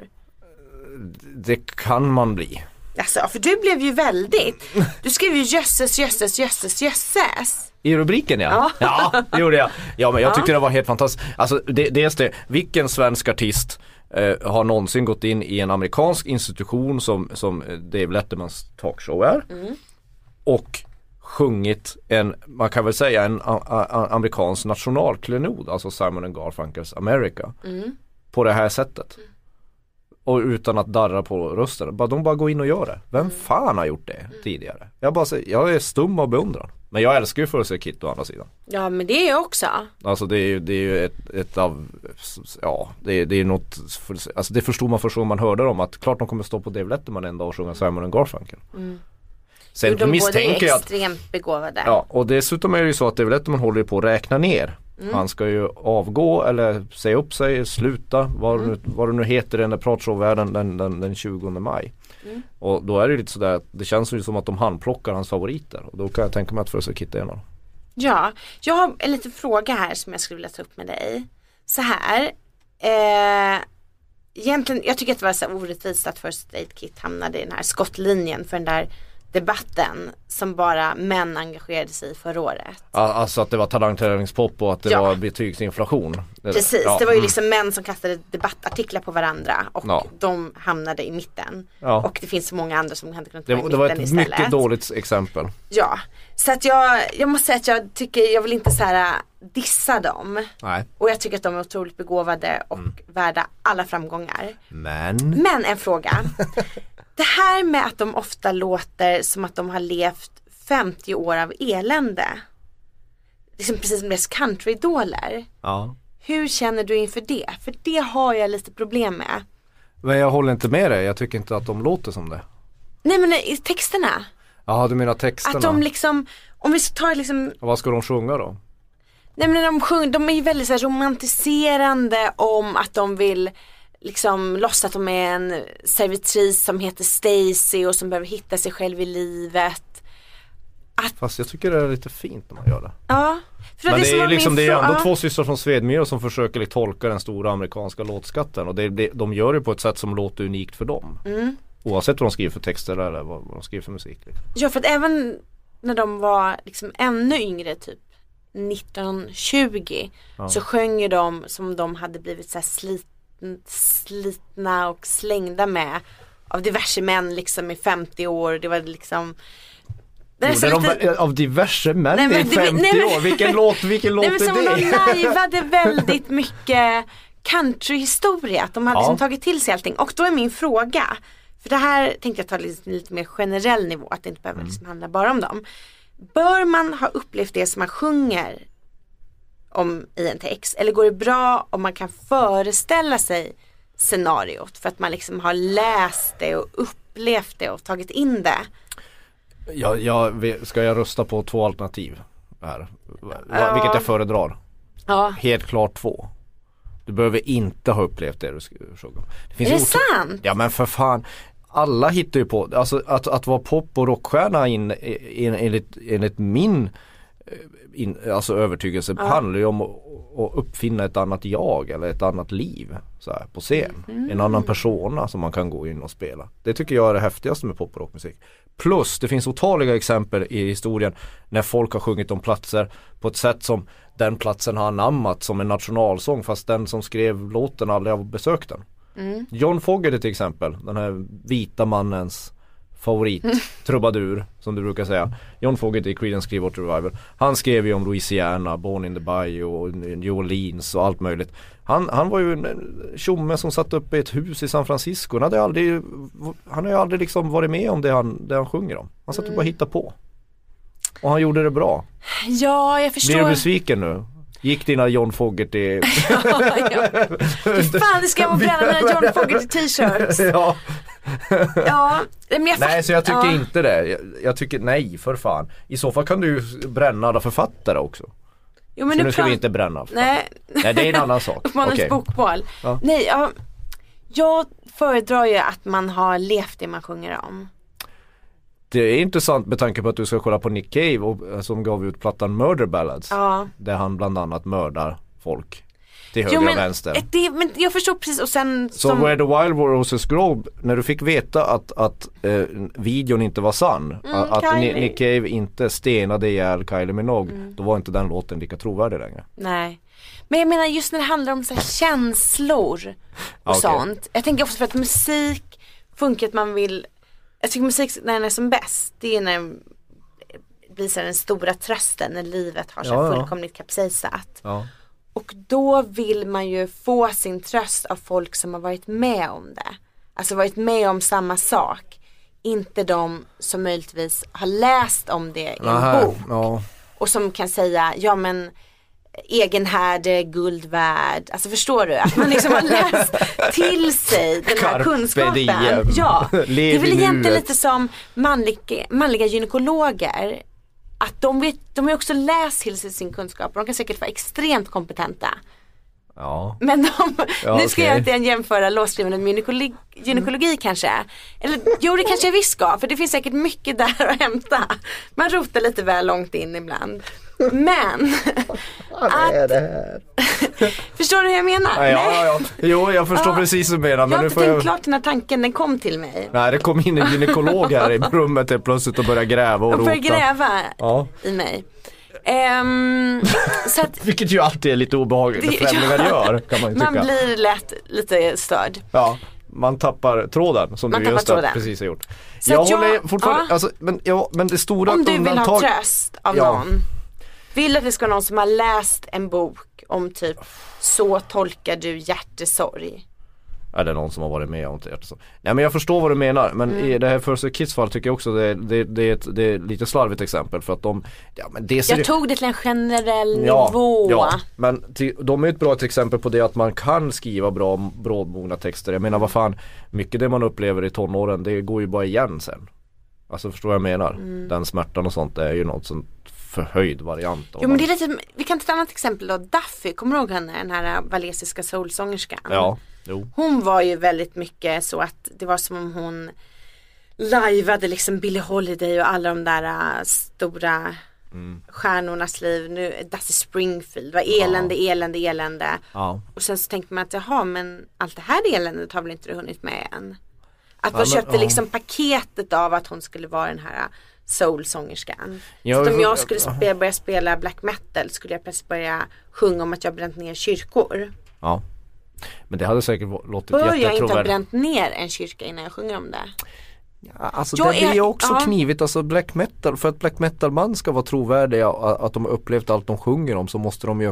Det kan man bli. Alltså, för du blev ju väldigt. Du skrev ju jösses, jösses, jösses, jösses. I rubriken ja. Ja, ja det gjorde jag. Ja, men jag tyckte ja. det var helt fantastiskt. Alltså det, dels det, vilken svensk artist eh, har någonsin gått in i en amerikansk institution som, som Dave Lettermans talkshow är. Mm. Och sjungit en, man kan väl säga en a, a, amerikansk nationalklenod, alltså Simon and Garfunkels America. Mm. På det här sättet. Mm. Och utan att darra på rösten. De bara går in och gör det. Vem mm. fan har gjort det mm. tidigare? Jag bara säger, jag är stum och beundran. Men jag älskar ju First Aid Kit å andra sidan. Ja, men det är jag också. Alltså det är ju, det är ju ett, ett av, ja, det är, det är något, alltså det förstod man först när man hörde dem. Att klart de kommer stå på Dave Letterman en dag och sjunga Simon and Garfunkel. Mm. Sen jo, de misstänker jag extremt att, begåvade. Ja, och dessutom är det ju så att Dave Letterman håller på att räkna ner. Mm. Han ska ju avgå eller säga upp sig, sluta, vad, mm. nu, vad det nu heter i den där pratshowvärlden den, den, den tjugonde maj. Mm. Och då är det lite sådär, det känns ju som att de handplockar hans favoriter. Och då kan jag tänka mig att First Aid Kit är en av dem. Ja, jag har en liten fråga här som jag skulle vilja ta upp med dig. Så här, eh, egentligen, jag tycker att det var så orättvist att First Aid Kit hamnade i den här skottlinjen för den där debatten som bara män engagerade sig i förra året. Alltså att det var talangtävlingspop och att det ja. var betygsinflation. Precis, ja. det var ju liksom män som kastade debattartiklar på varandra och ja. de hamnade i mitten. Ja. Och det finns så många andra som hade kunnat ta det, i mitten Det var ett istället. mycket dåligt exempel. Ja, så att jag, jag måste säga att jag tycker, jag vill inte så här dissa dem. Nej. Och jag tycker att de är otroligt begåvade och mm. värda alla framgångar. Men? Men en fråga. Det här med att de ofta låter som att de har levt femtio år av elände. Liksom precis som deras country-idoler. Ja. Hur känner du inför det? För det har jag lite problem med. Men jag håller inte med dig. Jag tycker inte att de låter som det. Nej, men i texterna. Ja, du menar texterna. Att de liksom, om vi tar liksom... Och vad ska de sjunga då? Nej, men de sjunger, de är ju väldigt så här romantiserande om att de vill... liksom låtsas att de är en servitris som heter Stacy och som behöver hitta sig själv i livet. Att... Fast jag tycker det är lite fint när man gör det. Ja. För men det, det är, liksom, det är ändå ja. två systrar från Svedmyra som försöker liksom tolka den stora amerikanska låtskatten. Och det, det, de gör det på ett sätt som låter unikt för dem. Mm. Oavsett vad de skriver för texter eller vad, vad de skriver för musik. Liksom. Ja, för att även när de var liksom ännu yngre, typ nitton tjugo, ja. så sjöng de som de hade blivit så här slit slitna och slängda med av diverse män liksom i femtio år. Det var liksom det jo, lite... de, av diverse män nej, men, i femtio nej, men... år. Vilken låt, vilken låt nej, men, är det? De lajvade väldigt mycket countryhistoria. Att de hade ja. liksom tagit till sig allting. Och då är min fråga, för det här tänkte jag ta lite, lite mer generell nivå, att det inte behöver mm. liksom handla bara om dem. Bör man ha upplevt det som man sjunger om i en text? Eller går det bra om man kan föreställa sig scenariot för att man liksom har läst det och upplevt det och tagit in det? Ja, jag, ska jag rösta på två alternativ här? Ja. Vilket jag föredrar? Ja. Helt klart två. Du behöver inte ha upplevt det du sjunger. Det finns är det otro- sant? Ja, men för fan. Alla hittar ju på, alltså att, att vara pop- och rockstjärna in, in, enligt, enligt min in, alltså övertygelse ja. handlar ju om att, att uppfinna ett annat jag eller ett annat liv så här, på scen. Mm. En annan persona som man kan gå in och spela. Det tycker jag är det häftigaste med pop- och rockmusik. Plus det finns otaliga exempel i historien när folk har sjungit om platser på ett sätt som den platsen har anammat som en nationalsång fast den som skrev låten aldrig har besökt den. Mm. John Fogerty till exempel, den här vita mannens favorit mm. trubadur som du brukar säga. John Fogerty i Creedence Clearwater Revival. Han skrev ju om Louisiana, Born in the Bayou och New Orleans och allt möjligt. Han, han var ju en tjomme som satt upp i ett hus i San Francisco. Han hade aldrig, han har ju aldrig liksom varit med om det han, det han sjunger om. Han satt och bara hitta på. Och han gjorde det bra. Ja, jag förstår. Blir du besviken nu? Gick dina John Fogerty... ja, ja. Fan, det ska jag bränna mina John Fogerty t-shirts. Ja. ja, men jag nej, så jag tycker ja. inte det. Jag, jag tycker, nej, för fan. I så fall kan du ju bränna alla författare också. Jo, men så nu ska prat... vi inte bränna. Nej. nej, det är en annan sak. Uppmanens okay. bokbal. Ja. Nej, ja, jag föredrar ju att man har levt det man sjunger om. det är intressant med tanke på att du ska kolla på Nick Cave och, som gav ut plattan Murder Ballads. Ja. Där han bland annat mördar folk till höger jo, men, och vänster. Det, men jag förstår precis. Och sen Så som... Where the Wild Roses Grow, när du fick veta att, att eh, videon inte var sann, Mm, att Kylie. Nick Cave inte stenade ihjäl Kylie Minogue, Mm. då var inte den låten lika trovärdig längre. Nej. Men jag menar just när det handlar om så här känslor och Okay. sånt. Jag tänker också för att musik funkar att man vill. Jag tycker musik när den är som bäst, det är när det blir så här den stora trösten, när livet har så Ja, ja. fullkomligt kapsejsat. Ja. Och då vill man ju få sin tröst av folk som har varit med om det. Alltså varit med om samma sak. Inte de som möjligtvis har läst om det i en Aha, bok. ja. Och som kan säga, ja men egen härd är guld värd. Alltså förstår du? Att man liksom har läst till sig den här Carpe kunskapen. diem. Ja, det Lev är väl i egentligen nuet. lite som manliga, manliga gynekologer. Att de, vet, de har ju också läst till sig sin kunskap. Och de kan säkert vara extremt kompetenta. Ja. Men de, Ja, nu ska okej. jag inte jämföra låtskriven med gynekologi, gynekologi mm. kanske. Eller jo, det kanske jag visst ska. För det finns säkert mycket där att hämta. Man rotar lite väl långt in ibland. Men Vad är det här? förstår du hur jag menar? Ja, ja, ja. Jo, jag förstår Ja. precis vad du menar. Jag Men har nu inte får tänkt jag... klart den här tanken, den kom till mig. Nej, det kom in en gynekolog här i rummet helt plötsligt och började gräva och Och rota. började gräva Ja. i mig. Um, så att Vilket ju alltid är lite obehagligt Det- det främlingar ja. gör, kan man ju tycka. man blir lätt lite störd. Ja, man tappar tråden som Man du tappar just tråden. precis har gjort. Så Jag att jag- håller fortfarande, ja. alltså, men, ja, men det stora Om du vill ha undantag... tröst av Ja. någon. Vill att det ska vara någon som har läst en bok om typ så tolkar du hjärtesorg. Är det någon som har varit med om det? Så. Nej, men jag förstår vad du menar. Men Mm. i det här First Kids fall tycker jag också det, det, det, är ett, det är lite slarvigt exempel. För att de, ja, men det ser Jag tog det till en generell ja, nivå. ja, men till, de är ett bra exempel på det att man kan skriva bra brådmogna texter. Jag menar vad fan, mycket det man upplever i tonåren, det går ju bara igen sen. Alltså förstår vad jag menar? Mm. Den smärtan och sånt, det är ju något sånt förhöjd variant. Jo, men det är lite, vi kan ta ett annat exempel då. Duffy, kommer du ihåg henne? Den här valesiska soulsångerskan. Ja, jo. Hon var ju väldigt mycket så att det var som om hon liveade liksom Billie Holiday och alla de där uh, stora Mm. stjärnornas liv. Nu Dusty Springfield, det var elände, ja. elände, elände. Ja. Och sen så tänkte man att jaha, men allt det här eländet har väl inte du hunnit med än. Att Ja, man men, köpte ja. liksom paketet av att hon skulle vara den här soulsångerskan. Ja, så att om jag- jag skulle spela, börja spela black metal skulle jag plötsligt börja sjunga om att jag bränt ner kyrkor. Ja. Men det hade säkert låtit Bör jag inte ha jättetrovärdigt. bränt ner en kyrka innan jag sjunger om det? Ja, alltså Jag det blir är- ju också ja. knivigt, alltså black metal, för att black metal man ska vara trovärdiga att de har upplevt allt de sjunger om, så måste de ju,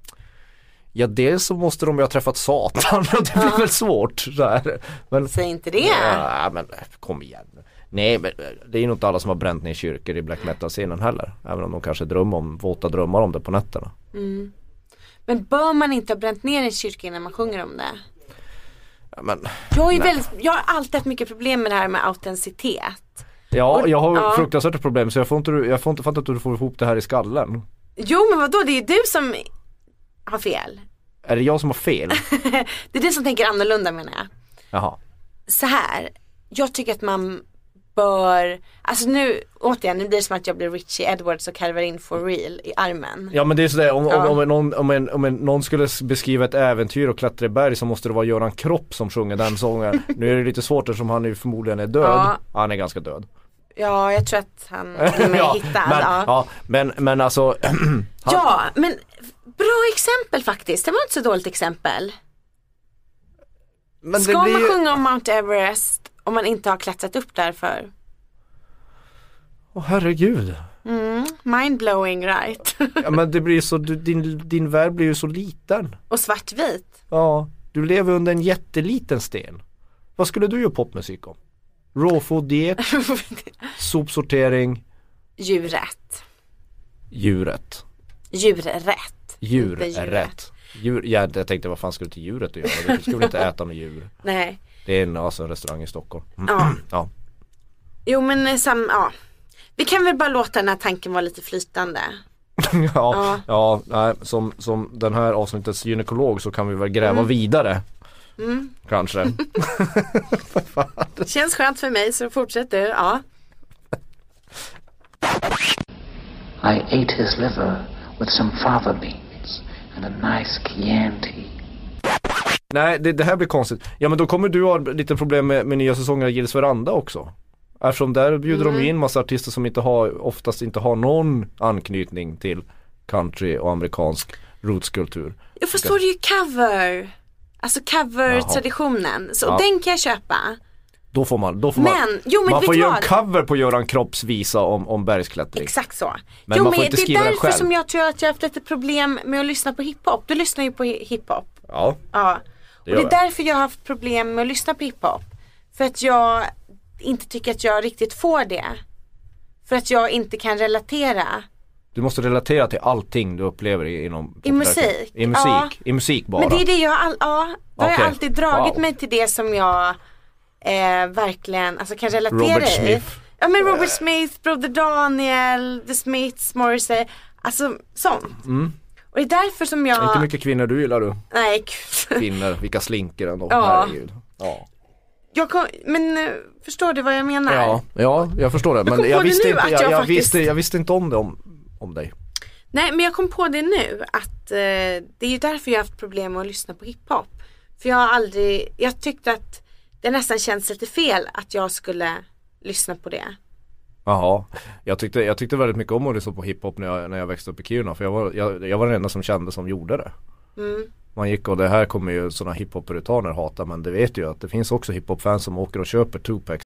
ja dels så måste de ju ha träffat Satan och det blir Ja. väl svårt så här. Men, Säg inte det. ja, men kom igen. Nej, men det är ju inte alla som har bränt ner kyrkor i black metal-scenen heller, även om de kanske drömmer om, våta drömmar om det på nätterna. Mm. Men bör man inte ha bränt ner en kyrka innan man sjunger om det? Ja, men, Jag, är nej. väldigt, jag har alltid haft mycket problem med det här med autenticitet. Ja, Och- jag har ja. fruktansvärt problem, så jag får inte, jag får inte fatta att du får ihop det här i skallen. Jo, men vadå? Det är ju du som har fel. Är det jag som har fel? Det är du som tänker annorlunda, menar jag. Jaha. Så här, jag tycker att man bör, alltså nu, återigen, nu blir det som att jag blir Richie Edwards och karvar in for real i armen. Ja, men det är sådär, om, Ja. om, om, någon, om, en, om en, någon skulle s- beskriva ett äventyr och klättra i berg, så måste det vara Göran Kropp som sjunger den sången. Nu är det lite svårt eftersom han ju förmodligen är död. Ja. Han är ganska död. Ja, jag tror att han är med ja, hittad. men, ja. ja, men, men alltså han, ja, men bra exempel faktiskt. Det var inte så dåligt exempel. men Ska det blir man ju, sjunga om Mount Everest om man inte har klättrat upp därför? Åh, herregud. Mm, mind-blowing, right? Ja, men det blir så, du, din, din värld blir ju så liten. Och svartvit. Ja, du lever under en jätteliten sten. Vad skulle du göra popmusik om? Raw food diet, sopsortering, Djurrätt. djuret. Djurrätt. Djur Inte är djuret. rätt. Djur, ja, jag tänkte vad fan skulle till djuret att göra? Du skulle väl inte äta med djur. Nej. Det är en, alltså, en restaurang i Stockholm. Ja. Ja. Jo, men eh, sam, ja. Vi kan väl bara låta den här tanken vara lite flytande. ja, Ja. ja nej, som, som den här avsnittets gynekolog så kan vi väl gräva Mm. vidare. Mm. Kanske. Känns skönt för mig, så fortsätt du. Ja. I ate his liver with some fava beans and a nice Chianti. Nej, det, det här blir konstigt. Ja, men då kommer du ha lite problem med, med nya säsonger av Gills Veranda också. Eftersom där bjuder mm. de in massa artister som inte har, oftast inte har någon anknytning till country och amerikansk rootskultur. Jag förstår det ju cover. Alltså cover-traditionen. Så ja. Den kan jag köpa. Då får man, då får men, man, jo, men man får göra vad? en cover på Göran Kropps visa om, om bergsklättring. Exakt så. Men jo, man men får inte skriva det är den därför själv. Som jag tror att jag har haft lite problem med att lyssna på hiphop. Du lyssnar ju på hiphop. Ja. Ja. Det och det är jag. därför jag har haft problem med att lyssna på hiphop. För att jag inte tycker att jag riktigt får det. För att jag inte kan relatera. Du måste relatera till allting du upplever i, inom I musik. I musik, ja. i musik bara. Men det är det jag har, all, ja, då okay. har jag alltid dragit wow. mig till det som jag eh, verkligen alltså, kan relatera Robert i. Smith. Ja, men Robert Smith, Brother Daniel, The Smiths, Morrissey, alltså sånt. Mm. Och det är därför som jag... Inte mycket kvinnor du gillar du. Nej, gud. Kvinnor, vilka slinker ändå. Ja. Herregud. Ja. Jag kom, men uh, förstår du vad jag menar? Ja, ja jag förstår det. Men jag, jag, visste, inte, jag, jag, jag, faktiskt... visste, jag visste inte om det om, om dig. Nej, men jag kom på det nu att uh, det är ju därför jag har haft problem med att lyssna på hiphop. För jag har aldrig, jag tyckte att det nästan känns lite fel att jag skulle lyssna på det. Jaha, jag tyckte, jag tyckte väldigt mycket om att lyssna på hiphop när jag, när jag växte upp i Kiruna. För jag var, jag, jag var den enda som kände som gjorde det. Mm. Man gick och det här kommer ju sådana hiphop-puritaner hata. Men det vet ju att det finns också hiphop-fans som åker och köper Tupac.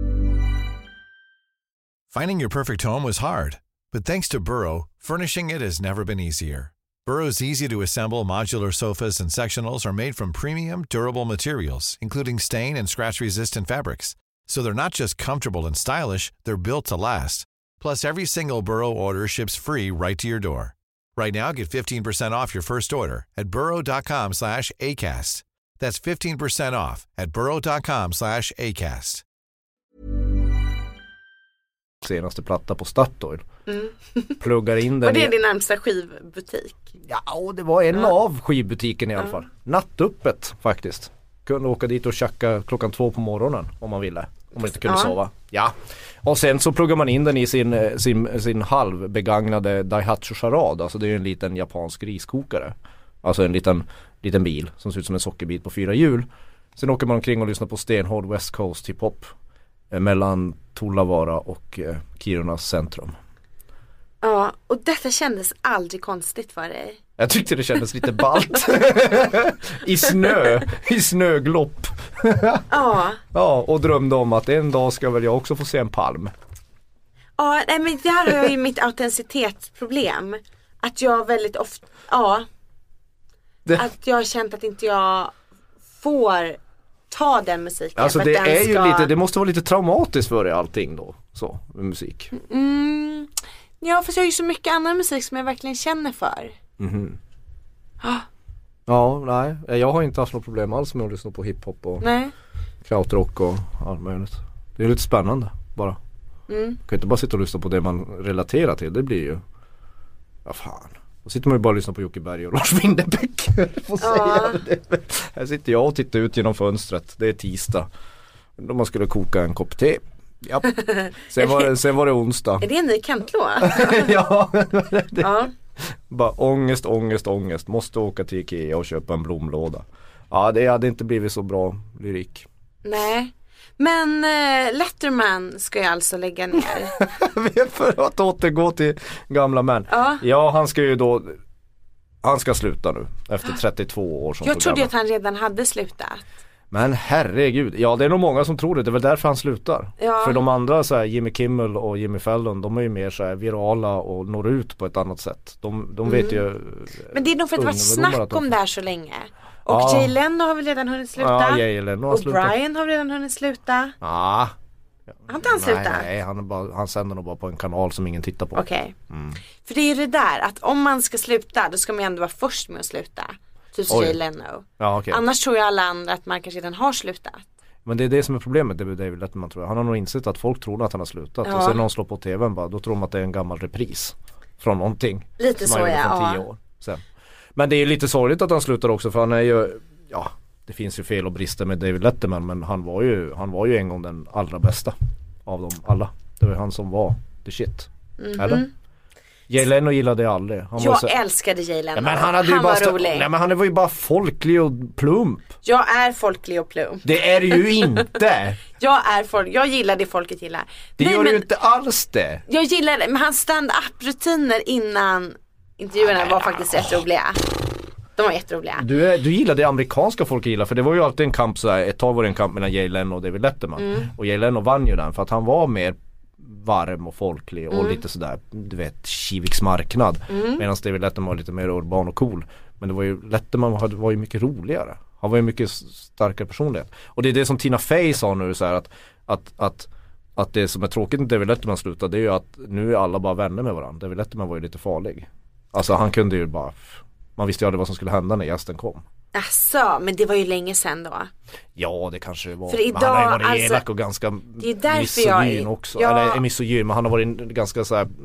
Finding your perfect home was hard. But thanks to Burrow, furnishing it has never been easier. Burrow's easy-to-assemble modular sofas and sectionals are made from premium, durable materials, including stain and scratch-resistant fabrics. So they're not just comfortable and stylish, they're built to last. Plus, every single Burrow order ships free right to your door. Right now, get fifteen percent off your first order at burrow.com slash ACAST. That's fifteen percent off at burrow.com slash ACAST. Senaste platta på Statoil. Mm. Pluggar in den. Och det är i... din närmsta skivbutik? Ja, det var en ja. av skivbutiken i alla ja. fall. Nattöppet faktiskt. Kunde åka dit och tjacka klockan två på morgonen om man ville. Om man inte kunde ja. sova. Ja. Och sen så pluggar man in den i sin, sin, sin halvbegagnade Daihatsu Charade. Alltså det är ju en liten japansk riskokare. Alltså en liten, liten bil som ser ut som en sockerbit på fyra hjul. Sen åker man omkring och lyssnar på stenhård West Coast hiphop. Eh, mellan Tulavara och eh, Kirunas centrum. Ja, och detta kändes aldrig konstigt för dig. Jag tyckte det kändes lite ballt. I snö, i snöglopp. Ja. Ja, och drömde om att en dag ska väl jag också få se en palm. Ja, nej, men det här har jag ju mitt autenticitetsproblem. Att jag väldigt ofta, ja. Det... Att jag har känt att inte jag får ta den musiken. Alltså för det att den är ska... ju lite, det måste vara lite traumatiskt för dig allting då, så, med musik. Mm. Ja, för jag har ju så mycket annan musik som jag verkligen känner för. Mhm. Ah. Ja, nej. Jag har inte haft något problem alls med att lyssna på hiphop och nej. krautrock och allt möjligt. Det är lite spännande bara. Mm. Man kan inte bara sitta och lyssna på det man relaterar till. Det blir ju, ja fan. Då sitter man ju bara och lyssnar på Jocke Berg och Lars Winnerbäck. Får ja. säga det. Här sitter jag och tittar ut genom fönstret. Det är tisdag. Då man skulle koka en kopp te. Ja. Sen, var det, sen var det onsdag. Är det en ny kantlåt? Ja. Det, ja. Bara ångest, ångest, ångest. Måste åka till Ikea och köpa en blomlåda. Ja, det hade inte blivit så bra lyrik. Nej. Men uh, Letterman ska jag alltså lägga ner. För att återgå till gamla män. Ja. Ja, han ska ju då, han ska sluta nu efter trettiotvå år som jag trodde att han redan hade slutat. Men herregud, ja det är nog många som tror det. Det är väl därför han slutar. Ja. För de andra så här, Jimmy Kimmel och Jimmy Fallon, de är ju mer så här virala och når ut på ett annat sätt. De, de vet mm. ju. Men det är nog för att det var snack om det här så länge. Och ja. Jay Leno har väl redan hunnit sluta. Ja, Jay Leno har och slutat. Brian har redan hunnit sluta. Ja. Har inte han slutat? Nej, han, är bara, han sänder nog bara på en kanal som ingen tittar på. Okej. Okay. Mm. För det är ju det där att om man ska sluta, då ska man ändå vara först med att sluta. Typ Jay Leno. Ja, okay. Annars tror jag alla andra att man kanske redan har slutat. Men det är det som är problemet, det är David Letterman tror jag. Han har nog insett att folk tror att han har slutat. Ja. Och sen när de slår på tvn bara, då tror de att det är en gammal repris från någonting. Lite så, ja. Från tio år sen. Men det är lite sorgligt att han slutar också, för han är ju, ja, det finns ju fel och brister med David Letterman, men han var ju, han var ju en gång den allra bästa av dem alla. Det var han som var the shit. Mm-hmm. Eller? Jay Leno gillade jag aldrig. Han jag var så... älskade Jay Leno. Ja, men han hade ju han bara var sta... rolig. Nej, men han var ju bara folklig och plump. Jag är folklig och plump. Det är ju inte. Jag är folk, jag gillar det folket gillar. Det Nej, gör men du inte alls det. jag gillar det, men hans stand-up-rutiner innan intervjuerna var faktiskt rätt roliga. De var jätteroliga. Du, är, du gillar det amerikanska folk gillar, för det var ju alltid en kamp så här, ett tag var det en kamp mellan Jay Leno och David Letterman. Mm. Och Jay Leno vann ju den för att han var mer varm och folklig och mm. lite sådär, du vet, Kiviks marknad. Mm. Medan David Letterman var lite mer urban och cool. Men det var ju, Letterman var ju mycket roligare. Han var ju mycket starkare personlighet. Och det är det som Tina Fey sa nu så här, att, att, att, att det som är tråkigt när David Letterman slutade, det är ju att nu är alla bara vänner med varandra. David Letterman var ju lite farlig. Alltså han kunde ju bara, man visste ju aldrig vad som skulle hända när gästen kom. Asså, men det var ju länge sedan då. Ja, det kanske var. För idag, men han har ju varit alltså, elak och ganska misogyn jag, också. Ja. Eller misogyn, men han har varit ganska så här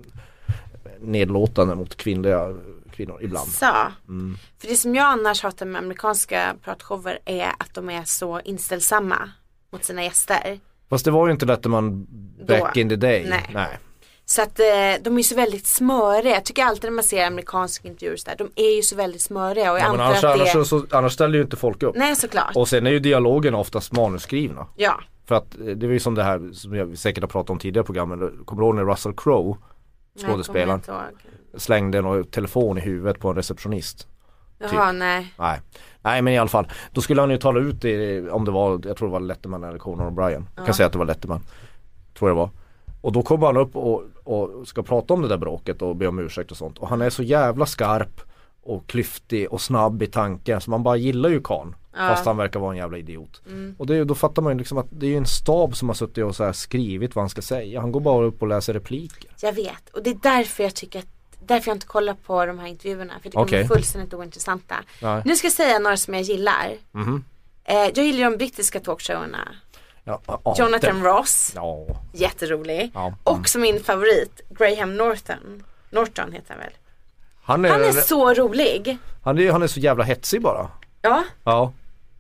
nedlåtande mot kvinnliga kvinnor ibland. Så. Mm. För det som jag annars hatar med amerikanska pratshower är att de är så inställsamma mot sina gäster. Fast det var ju inte Letterman back då. In the day. Nej. Nej. Så att eh, de är så väldigt smöriga. Jag tycker alltid när man ser amerikanska intervjuer där, de är ju så väldigt smöriga. Och jag ja, men antar annars, att det... annars, så, annars ställer ju inte folk upp. Nej, såklart. Och sen är ju dialogen oftast manusskrivna. Ja. För att det var ju som det här som jag säkert har pratat om tidigare i programmen. Kommer du ihåg när Russell Crowe, skådespelaren, slängde en telefon i huvudet på en receptionist? Jaha, typ. nej. nej. Nej, men i alla fall. Då skulle han ju tala ut det, om det var, jag tror det var Letterman eller Conan O'Brien. Jag kan ja. säga att det var Letterman. Tror jag det var. Och då kommer han upp och, och ska prata om det där bråket och be om ursäkt och sånt. Och han är så jävla skarp och klyftig och snabb i tanken. Så man bara gillar ju Kahn. Ja. Fast han verkar vara en jävla idiot. Mm. Och det, då fattar man ju liksom att det är en stab som har suttit och så här skrivit vad han ska säga. Han går bara upp och läser repliker. Jag vet. Och det är därför jag tycker att därför jag inte kollar på de här intervjuerna. För det kommer okay. fullständigt ointressanta. Nej. Nu ska jag säga några som jag gillar. Mm-hmm. eh, Jag gillar de brittiska talkshowerna. Ja, ja, Jonathan det. Ross. Ja. Jätterolig. Ja. Mm. Och som min favorit, Graham Norton. Norton heter han väl. Han är, han är så rolig. Han är, han är så jävla hetsig bara. Ja. Ja.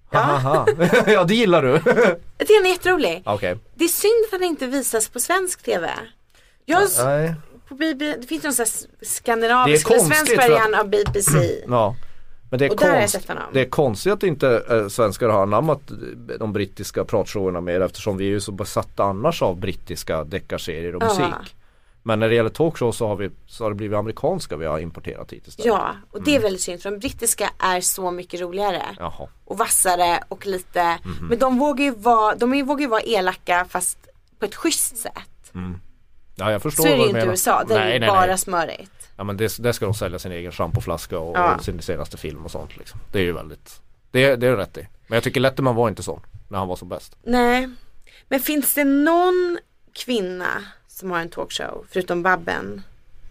Ja, ja, det gillar du. Jag tycker han är jätterolig. Okay. Det är synd att han inte visas på svensk tv. Jag, Nej. På B B, det finns någon sån här skandinavisk eller svensk variant av B B C. Ja. Men det är, konst, det är konstigt att inte äh, svenskar har anammat de brittiska pratshowerna mer, eftersom vi är ju så besatta annars av brittiska deckarserier och musik. Ja. Men när det gäller talkshow så har, vi, så har det blivit amerikanska vi har importerat hit istället. Ja, och det är väldigt synd för de brittiska är så mycket roligare. Jaha. Och vassare och lite, mm-hmm. men de vågar ju vara, de vågar ju vara elaka fast på ett schysst sätt. Mm. Ja, jag förstår så är det vad ju inte i U S A, det nej, är ju nej, bara nej. smörigt. Ja, men det, det ska de sälja sin egen schampoflaska och, ja. och sin senaste film och sånt liksom. Det är ju väldigt, det, det är rätt i. Men jag tycker Letterman var inte så när han var som bäst. Nej, men finns det någon kvinna som har en talkshow förutom Babben?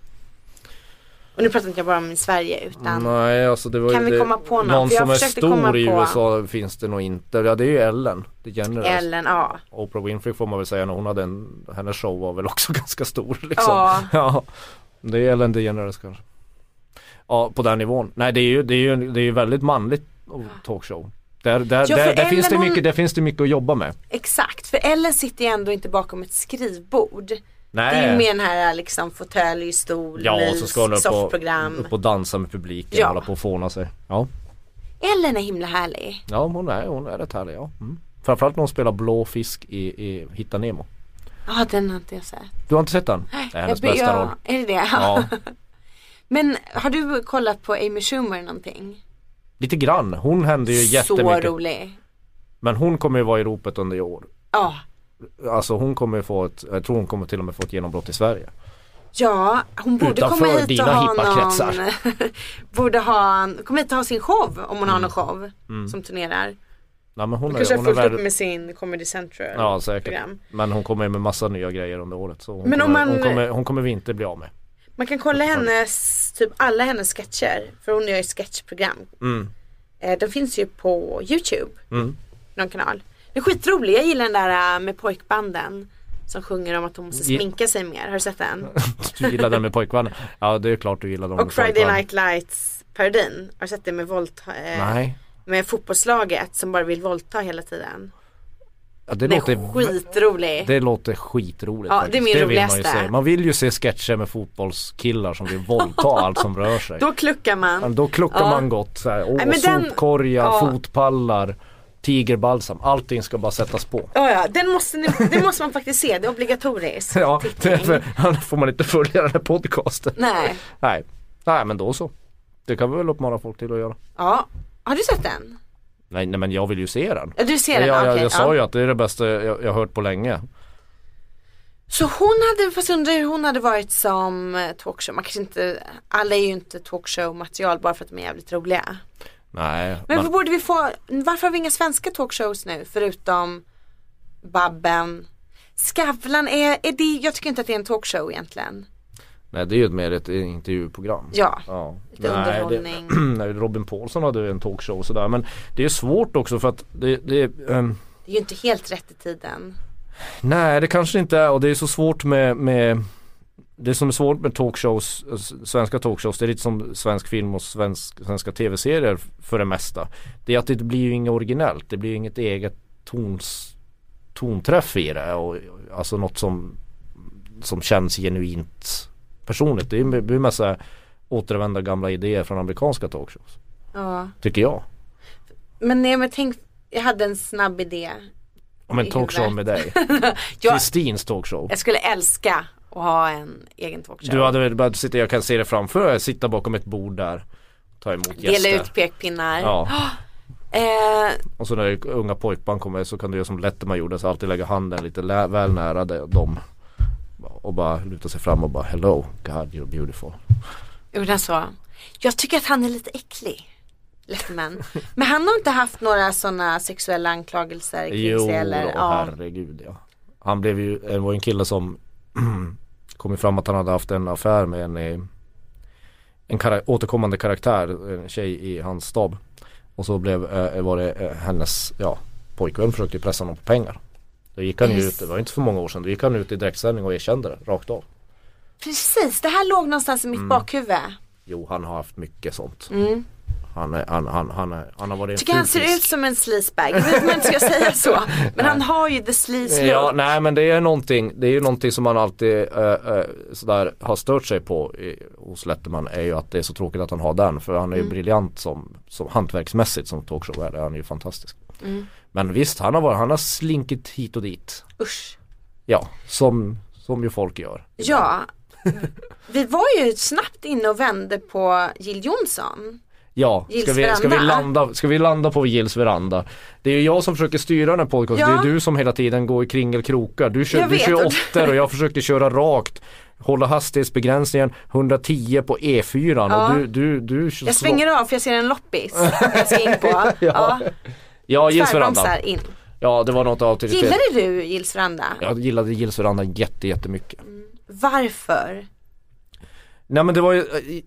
Och nu pratar inte jag bara om i Sverige utan nej, alltså det var kan det, vi komma på någon? Någon som är stor i på... U S A finns det nog inte. Ja, det är ju Ellen DeGeneres. Ellen, ja. Oprah Winfrey får man väl säga när hon hade en, hennes show var väl också ganska stor liksom. Ja. Ja. Det är Ellen DeGeneres kanske. Ja, på den nivån. Nej, det är ju, det är ju, det är ju väldigt manligt talkshow. Där, där, ja, där, där, finns det mycket, hon... där finns det mycket att jobba med. Exakt, för Ellen sitter ju ändå inte bakom ett skrivbord. Nej. Det är ju mer den här liksom fåtölj, stol, ja, mys, så ska hon upp soffprogram. Och, upp och dansa med publiken, ja. Hålla på och fåna sig. Ja. Ellen är himla härlig. Ja, hon är, hon är rätt härlig, ja. Mm. Framförallt när hon spelar blå fisk i, i Hitta Nemo. Ja, den har inte jag sett. Du har inte sett den? Nej, det är hennes jag, bästa ja, roll. Är det det? Ja. Men har du kollat på Amy Schumer någonting? Lite grann. Hon hände ju jättemycket. Så rolig. Men hon kommer ju vara i ropet under i år. Ja. Alltså hon kommer ju få ett, jag tror hon kommer till och med få ett genombrott i Sverige. Ja, hon borde utanför komma hit dina och ha hippakretsar. någon borde ha, komma hit och ha sin show om hon mm. har någon show mm. som turnerar. Ja, men hon, hon är, kanske hon har fullt är upp med sin Comedy Central ja, säkert. program. Men hon kommer med massa nya grejer under året. Så hon, men kommer, om man, hon, kommer, hon kommer vi inte bli av med. Man kan kolla hennes, typ alla hennes sketcher. För hon gör ju sketchprogram. Mm. Eh, de finns ju på YouTube. Mm. Någon kanal. Det är skitrolig, jag gillar den där med pojkbanden som sjunger om att hon måste sminka sig mer. Har du sett den? Du gillar den med pojkbanden? Ja, det är klart du gillar den. Och Friday Night Lights parodin. Har du sett det med våldta? Eh, Nej. Med fotbollslaget som bara vill våldta hela tiden. Ja, det, det låter, är skitroligt. Det låter skitroligt. Ja, det är min det roligaste. Vill man, ju se. Man vill ju se sketcher med fotbollskillar som vill våldta allt som rör sig. Då kluckar man. Men då kluckar ja. man gott. Så här, åh, Nej, den, sopkorgar, ja. fotpallar, tigerbalsam. Allting ska bara sättas på. Ja, ja. Den måste, ni, den måste man faktiskt se. Det är obligatoriskt. Ja, därför annars får man inte följa den här podcasten. Nej. Nej. Nej, men då så. Det kan vi väl uppmana folk till att göra. Ja. Har du sett den? Nej, nej men jag vill ju se den. Ja, du ser den, jag, jag, okej. jag sa ja. ju att det är det bästa jag, jag hört på länge. Så hon hade, fast undrar hur hon hade varit som talkshow. Man kanske inte, alla är ju inte talkshow-material bara för att de är jävligt roliga. Nej. Men man... vad borde vi få, varför har vi inga svenska talkshows nu förutom Babben? Skavlan är, är det, jag tycker inte att det är en talkshow egentligen. Nej, det är ju mer ett intervjuprogram. Ja, ja. lite nej, underhållning. Det, nej, Robin Paulsson hade ju en talkshow sådär. Men det är svårt också för att det, det, um... det är ju inte helt rätt i tiden. Nej, det kanske inte är. Och det är så svårt med, med det som är svårt med talkshows, svenska talkshows, det är lite som svensk film och svensk, svenska tv-serier för det mesta. Det är att det blir ju inget originellt. Det blir ju inget eget tons, tonträff i det. Och, alltså något som, som känns genuint personligt. Det är ju mest återvända gamla idéer från amerikanska talkshows. Ja. Tycker jag. Men nej, men tänk, jag hade en snabb idé. Om en talkshow med dig. jag, Kristins talkshow. jag skulle älska att ha en egen talkshow. Du hade väl bara sitta, jag kan se det framför dig, sitta bakom ett bord där, ta emot gäster. Dela ut pekpinnar. Ja. Eh, och så när unga pojkbarn kommer så kan du göra som Letterman gjorde, så alltid lägga handen lite lä- väl nära dem och bara luta sig fram och bara hello, God you're beautiful. Utan så. Jag tycker att han är lite äcklig, Letterman. Men han har inte haft några sådana sexuella anklagelser kring jo, sig eller? Jo, ja. herregud ja. Han blev ju, det var en kille som kom fram att han hade haft en affär med en, en kar- återkommande karaktär, en tjej i hans stab. Och så blev, äh, var det äh, hennes, ja, pojkvän försökte pressa honom på pengar. Då gick han ju yes. ut, det var inte för många år sedan, då gick han ut i direktsändning och erkände det, rakt av. Precis, det här låg någonstans i mitt mm. bakhuvud. Jo, han har haft mycket sånt. Mm. Han, är, han, han, han, är, han har varit en tycker han ser ut som en sleazebag. Jag vet inte om jag inte ska säga så. Men han har ju the sleaze look. Ja, nej men det är någonting, det är ju någonting som man alltid äh, äh, sådär har stört sig på i, hos Letterman, är ju att det är så tråkigt att han har den. För han är ju mm. briljant som, som hantverksmässigt som talkshow är. Han är ju fantastisk. Mm. Men visst, han har, varit, han har slinkit hit och dit. Usch. Ja, som, som ju folk gör. Ja, vi var ju snabbt inne och vände på Jill Johnson. Ja, ska vi, ska, vi landa, ska vi landa på Gills veranda? Det är ju jag som försöker styra den här podcasten. Ja. Det är du som hela tiden går i kringelkrokar. Du kör, du kör åttor och jag försöker köra rakt. Hålla hastighetsbegränsningen hundratio på E fyra. Ja. Och du, du, du jag svänger av för jag ser en loppis jag ska in på. ja, ja. ja Gills veranda. In. Ja, det var något auktoritet. Gillade du Gills veranda? Jag gillade Gills veranda jätte, jättemycket. Mm. Varför? Nej men det var ju...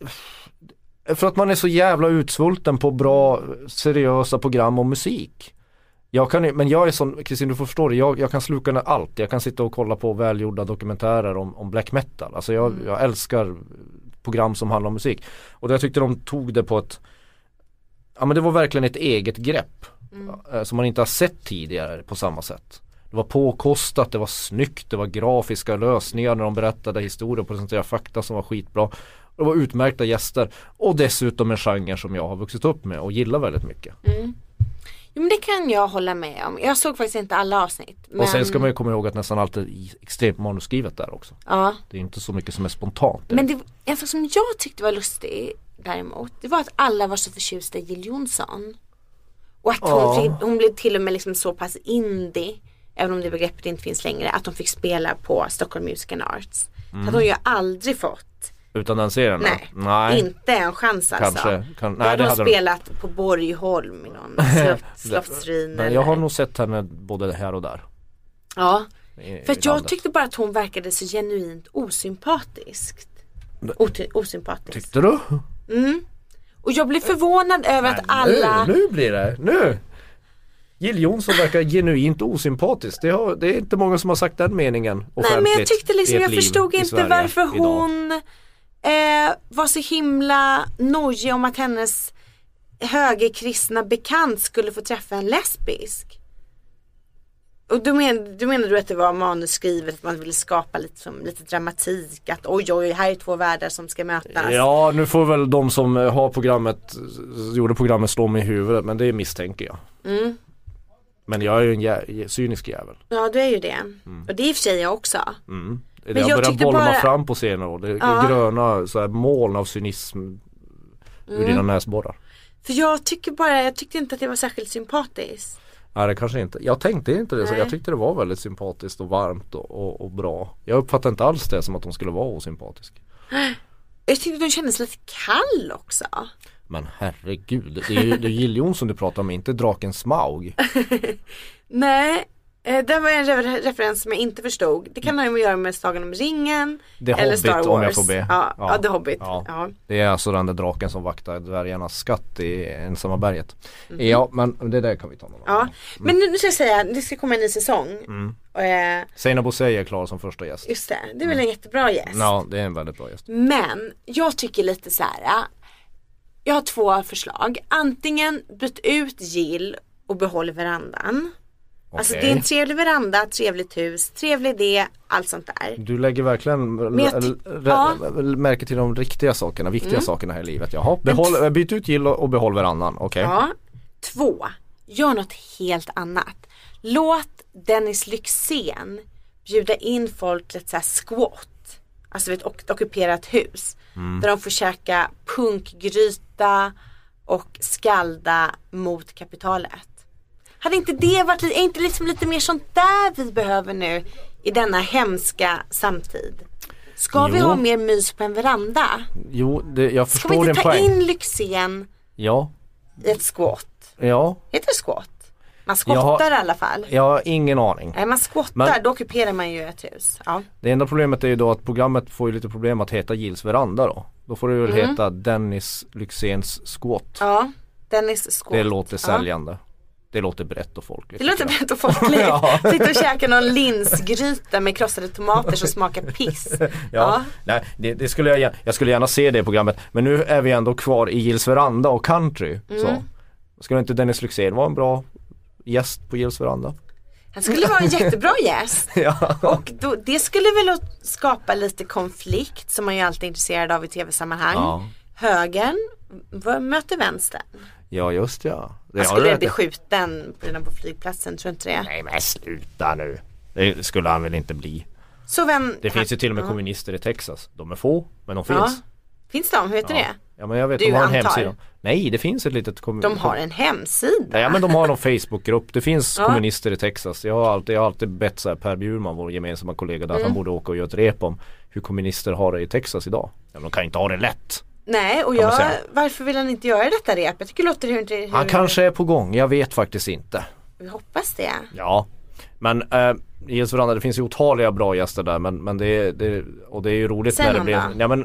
För att man är så jävla utsvulten på bra, seriösa program och musik. Jag kan, men jag är sån, Kristin, du får förstå det, jag, jag kan sluka allt. Jag kan sitta och kolla på välgjorda dokumentärer om, om black metal. Alltså jag, mm. jag älskar program som handlar om musik. Och jag tyckte de tog det på ett, ja men det var verkligen ett eget grepp. Mm. Som man inte har sett tidigare på samma sätt. Det var påkostat, det var snyggt, det var grafiska lösningar när de berättade historier och presenterade fakta som var skitbra. Det var utmärkta gäster och dessutom en genre som jag har vuxit upp med och gillar väldigt mycket. Mm. Jo, men det kan jag hålla med om. Jag såg faktiskt inte alla avsnitt. Men... Och sen ska man ju komma ihåg att nästan allt är extremt manuskrivet där också. Ja. Det är inte så mycket som är spontant. Men det, en sak som jag tyckte var lustig däremot, det var att alla var så förtjusta i Jill Johnson. Och att ja. hon, hon blev till och med liksom så pass indie, även om det begreppet inte finns längre, att de fick spela på Stockholm Music and Arts. Mm. Att hon ju aldrig fått utan den serien? Nej, nej, inte en chans alltså. Kanske, kan, nej, hade det hon hade spelat de... på Borgholm i någon slott, slottsruin. Men jag har nog sett henne både här och där. Ja, I, för att jag tyckte bara att hon verkade så genuint osympatiskt. Oty- osympatisk. Tyckte du? Mm. Och jag blev förvånad över nej, att alla... Nu, nu blir det, nu! Jill Johnson verkar genuint osympatisk. Det, har, det är inte många som har sagt den meningen offentligt. Nej, men jag tyckte liksom, jag förstod inte varför hon eh, var så himla nojig om att hennes högerkristna bekant skulle få träffa en lesbisk. Och du, men, du menar du att det var manusskrivet, att man ville skapa lite, som, lite dramatik, att oj oj, här är två världar som ska mötas. Ja, nu får väl de som har programmet, gjorde programmet slå mig i huvudet, men det misstänker jag. Mm. Men jag är ju en jä- cynisk jävel. Ja, du är ju det. Mm. Och det är i och för sig jag också. Mm. Det har börjat bolma bara... fram på scenen och det är ja. gröna så här, moln av cynism mm. ur dina näsborrar. För jag tycker bara, jag tyckte inte att det var särskilt sympatiskt. Nej, det kanske inte. Jag tänkte inte det. Så jag tyckte det var väldigt sympatiskt och varmt och, och, och bra. Jag uppfattade inte alls det som att de skulle vara osympatisk. Jag tyckte de kändes lite kall också. Men herregud, det är ju det är Jill Johnson du pratar om, inte draken Smaug. Nej, det var en re- referens som jag inte förstod. Det kan ha att göra med Sagan om ringen. Det eller Hobbit, Star Wars. Om jag får be. Ja, ja. ja det Hobbit. Ja. Ja. Det är alltså den där draken som vaktar dvärgarnas skatt i ensamma berget. Mm. Ja, men det där kan vi ta någon ja. Mm. Men nu, nu ska jag säga, det ska komma en ny säsong. Mm. Eh, Zeina Bosei är klar som första gäst. Just det, det är väl en mm. jättebra gäst. Ja, det är en väldigt bra gäst. Men jag tycker lite så här. Jag har två förslag. Antingen byt ut Jill och behåll verandan. Okay. Alltså det är en trevlig veranda, trevligt hus, trevlig idé, allt sånt där. Du lägger verkligen t- l- ja. r- märke till de riktiga sakerna, viktiga mm. sakerna här i livet. Jaha, behåll, t- byt ut Jill och behåll verandan, okej. Okay. Ja, två. Gör något helt annat. Låt Dennis Lyxzén bjuda in folk till ett så här squat. Alltså ett ok- ockuperat hus. Mm. Där de får käka punkgryta och skalda mot kapitalet. Hade inte det varit är inte liksom lite mer sånt där vi behöver nu i denna hemska samtid? Ska jo. vi ha mer mys på en veranda? Jo, det, jag förstår din poäng. Ska vi inte ta in Lyxzén ja. i ett squat? Ja. Heter det squat? Man skottar i alla fall. Jag har ingen aning. Nej, man skottar, men, då ockuperar man ju ett hus. Ja. Det enda problemet är ju då att programmet får ju lite problem att heta Gills veranda då. Då får det väl mm. heta Dennis Lyxzéns squat. Ja, Dennis squat. Det låter säljande. Ja. Det låter brett och folkligt. Det låter brett och folkligt. ja. Sitta och käka någon linsgryta med krossade tomater som smakar piss. ja, ja. Nej, det, det skulle jag gärna, jag skulle gärna se det programmet. Men nu är vi ändå kvar i Gills veranda och country. Mm. Så. Skulle inte Dennis Lyxzén vara en bra gäst på Gills veranda? Han skulle vara en jättebra gäst. ja. Och då, det skulle väl skapa lite konflikt som man ju alltid är intresserad av i tv-sammanhang. Ja. Högern möter vänstern. Ja, just ja. Det han skulle bli skjuten på flygplatsen, tror inte det? Nej, men sluta nu. Det skulle han väl inte bli. Så vem, det finns ju till och med ja. kommunister i Texas. De är få, men de finns. Ja. Finns de? Hur heter ja. det? Ja, men jag vet, du de har en antar. hemsida. Nej, det finns ett litet kommun. De har en hemsida? Ja, men de har en Facebookgrupp. Det finns ja. kommunister i Texas. Jag har alltid, jag har alltid bett så här, Per Bjurman, vår gemensamma kollega, där mm. att han borde åka och göra ett rep om hur kommunister har det i Texas idag. Ja, de kan inte ha det lätt. Nej, och jag, varför vill han inte göra detta rep? Jag tycker det låter hur, hur han kanske är på gång, jag vet faktiskt inte. Vi hoppas det. Ja, men äh, Gills veranda, det finns ju otaliga bra gäster där, men, men det, det, och det är ju roligt Sen när det blir... Ja, men,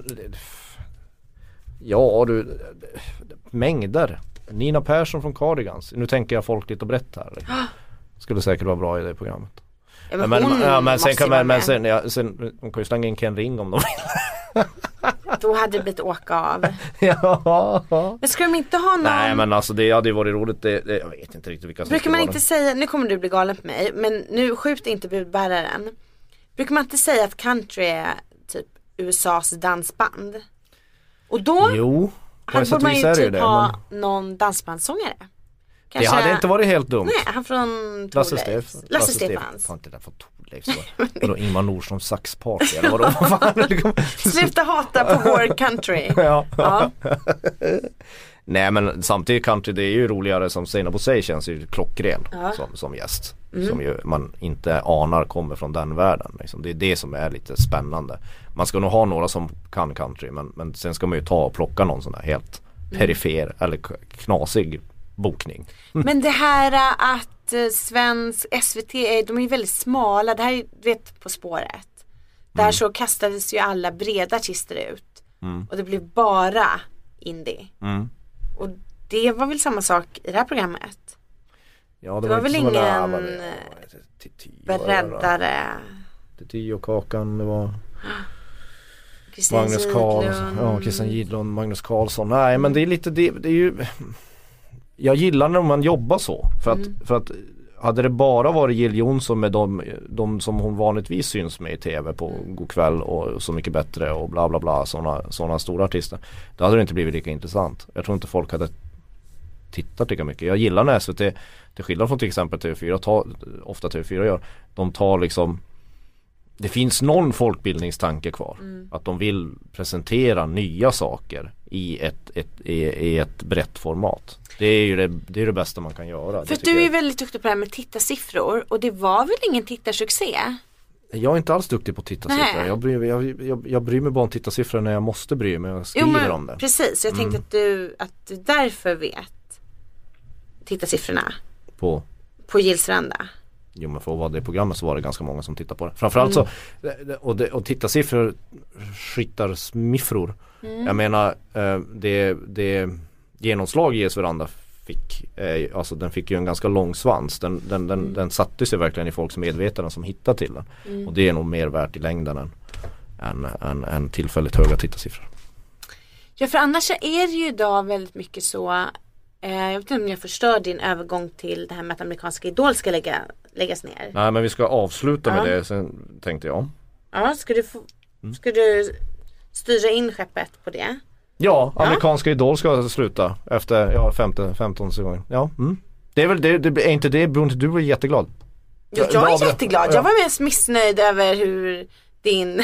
ja, du, mängder. Nina Persson från Cardigans. Nu tänker jag folkligt och brett här. Liksom. Skulle säkert vara bra i det programmet. Ja, men, men, ja, men sen kan man, men sen, ja, sen, de kan ju slänga in Ken Ring om de vill. Då hade det blivit åka av. ja. Men ska de inte ha någon... Nej, men alltså det hade ju varit roligt. Det, det, jag vet inte riktigt vilka som brukar man inte det. säga, nu kommer du bli galen på mig, men nu skjut inte budbäraren. Brukar man inte säga att country är typ U S A:s dansband? Och då jo, han borde man ju typ det, ha men... någon dansbandssångare. Kanske... Det hade inte varit helt dumt. Nej, han från Lasse Stefans. Lasse Stefans. Fan, inte den från Thorleifs. Vadå, Ingmar Nordström saxparty eller vadå? Sluta hata på vår country. ja. ja. Nej, men samtidigt country, det är ju roligare som Zeina Bosei känns ju klockren ja. som, som gäst. Mm. Som ju man inte anar kommer från den världen. Liksom. Det är det som är lite spännande. Man ska nog ha några som kan country, men, men sen ska man ju ta och plocka någon sån här helt mm. perifer eller knasig bokning. Men det här att svensk S V T, de är ju väldigt smala. Det här är, vet, På spåret. Där mm. så kastades ju alla breda artister ut. Mm. Och det blev bara indie. Mm. Och det var väl samma sak i det här programmet. Ja, det, det var, var väl ingen breddare. Tio och Kakan, det var Christian Magnus Karlsson. Ja, Christian Gidlund, Magnus Karlsson. Nej, mm. men det är lite det, det är ju jag gillar när man jobbar så för att, mm. för att hade det bara varit Jill Johnson med de, de som hon vanligtvis syns med i tv på God kväll och Så mycket bättre och bla bla bla, sådana såna stora artister, då hade det inte blivit lika intressant. Jag tror inte folk hade tittat lika mycket. Jag gillar när S V T, till skillnad från till exempel T V fyra, tar, ofta T V fyra gör, de tar liksom, det finns någon folkbildningstanke kvar. Mm. Att de vill presentera nya saker i ett, ett, i, i ett brett format. Det är ju det, det, är det bästa man kan göra. För du är jag... väldigt duktig på det här med tittarsiffror, och det var väl ingen tittarsuccé? Jag är inte alls duktig på tittarsiffror. Jag bryr, jag, jag, jag bryr mig bara om tittarsiffror när jag måste bry mig. Jag skriver jo, men, om det. Precis, jag tänkte mm. att, du, att du därför vet tittarsiffrorna. På? På Gills Veranda. Jo, men för att vara det programmet så var det ganska många som tittar på det. Framförallt mm. så, och, det, och tittarsiffror skittar smiffror. Mm. Jag menar, det, det genomslag i Gills Veranda fick, alltså den fick ju en ganska lång svans. Den, den, den, mm. den satte sig verkligen i folks medvetande som hittar till den. Mm. Och det är nog mer värt i längden än, än, än, än tillfälligt höga tittarsiffror. Ja, för annars är det ju idag väldigt mycket så. Jag vet inte om jag förstör din övergång till det här med att amerikanska Idol ska lägga, läggas ner. Nej, men vi ska avsluta med ja. det, sen tänkte jag. Ja, ska du, få, ska du styra in skeppet på det? Ja, amerikanska ja. Idol ska sluta efter ja, femton sekunder. Ja, mm. Det är väl det, det är inte det, Brunt, du är jätteglad. Jo, jag är jätteglad. Jag var mest missnöjd över hur din...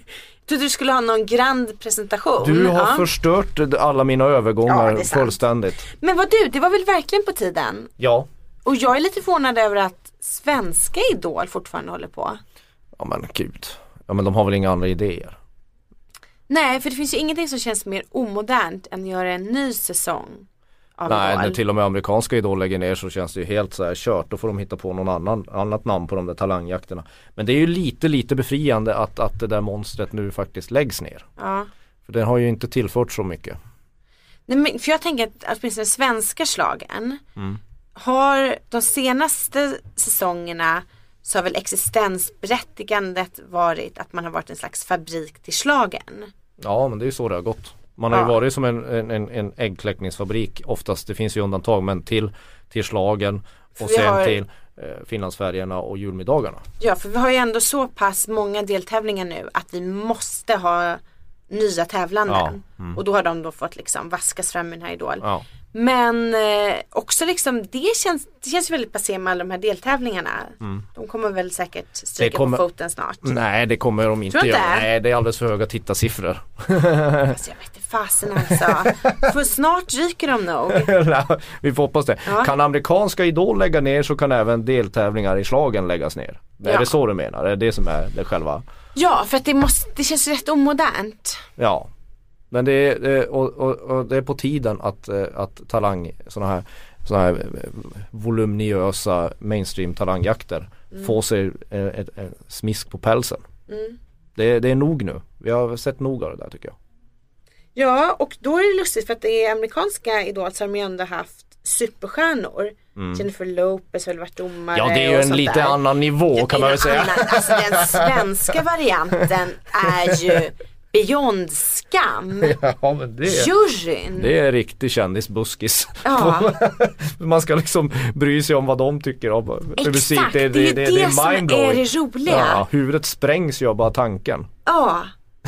Du skulle ha någon grand presentation. Du har ja. förstört alla mina övergångar ja, fullständigt. Men vad du, det var väl verkligen på tiden? Ja. Och jag är lite förvånad över att svenska Idol fortfarande håller på. Ja, men gud. Ja, men de har väl inga andra idéer. Nej, för det finns ju ingenting som känns mer omodernt än att göra en ny säsong av Nej, Idol. När till och med amerikanska Idol lägger ner så känns det ju helt så här kört. Då får de hitta på någon annan annat namn på de där talangjakterna. Men det är ju lite, lite befriande att, att det där monstret nu faktiskt läggs ner. Ja. För den har ju inte tillfört så mycket. Nej, men för jag tänker att åtminstone svenska slagen mm. har de senaste säsongerna så har väl existensberättigandet varit att man har varit en slags fabrik till slagen. Ja, men det är ju så det har gått. Man har ja. ju varit som en, en, en äggkläckningsfabrik oftast, det finns ju undantag, men till, till slagen och sen har... till eh, Finlandsfärgerna och julmiddagarna. Ja, för vi har ju ändå så pass många deltävlingar nu att vi måste ha nya tävlanden. Ja. Mm. Och då har de då fått liksom vaskas fram i den här Idol. Ja. Men eh, också liksom det känns, det känns väldigt passé med alla de här deltävlingarna. Mm. De kommer väl säkert stryka kommer, på foten snart. Nej, det kommer de inte göra. Nej, det är alldeles för höga tittarsiffror. Alltså, jag vet inte fasen alltså. För snart ryker de nog. Nej, vi får hoppas det. Ja. Kan amerikanska Idol lägga ner så kan även deltävlingar i slagen läggas ner. Ja. Är det så du menar? Är det som är det själva? Ja, för att det, måste, det känns rätt omodernt. Ja. Men det är, och, och, och det är på tiden att, att talang, såna här, såna här volumniösa mainstream talangjakter mm. får sig ett, ett, ett smisk på pälsen. Mm. Det, det är nog nu. Vi har sett nog av det där, tycker jag. Ja, och då är det lustigt för att det är amerikanska Idol så har de ju ändå haft superstjärnor. Mm. Jennifer Lopez har väl varit domare. Ja, det är ju en lite där. annan nivå ja, kan man väl säga. Annan, alltså den svenska varianten är ju Beyond skam. Ja, men det, Juryn. Det är riktig kändisbuskis. Ja. Man ska liksom bry sig om vad de tycker om musik. Exakt, det är det, det, det, det är som är det roliga. Ja, huvudet sprängs ju av bara tanken. Ja.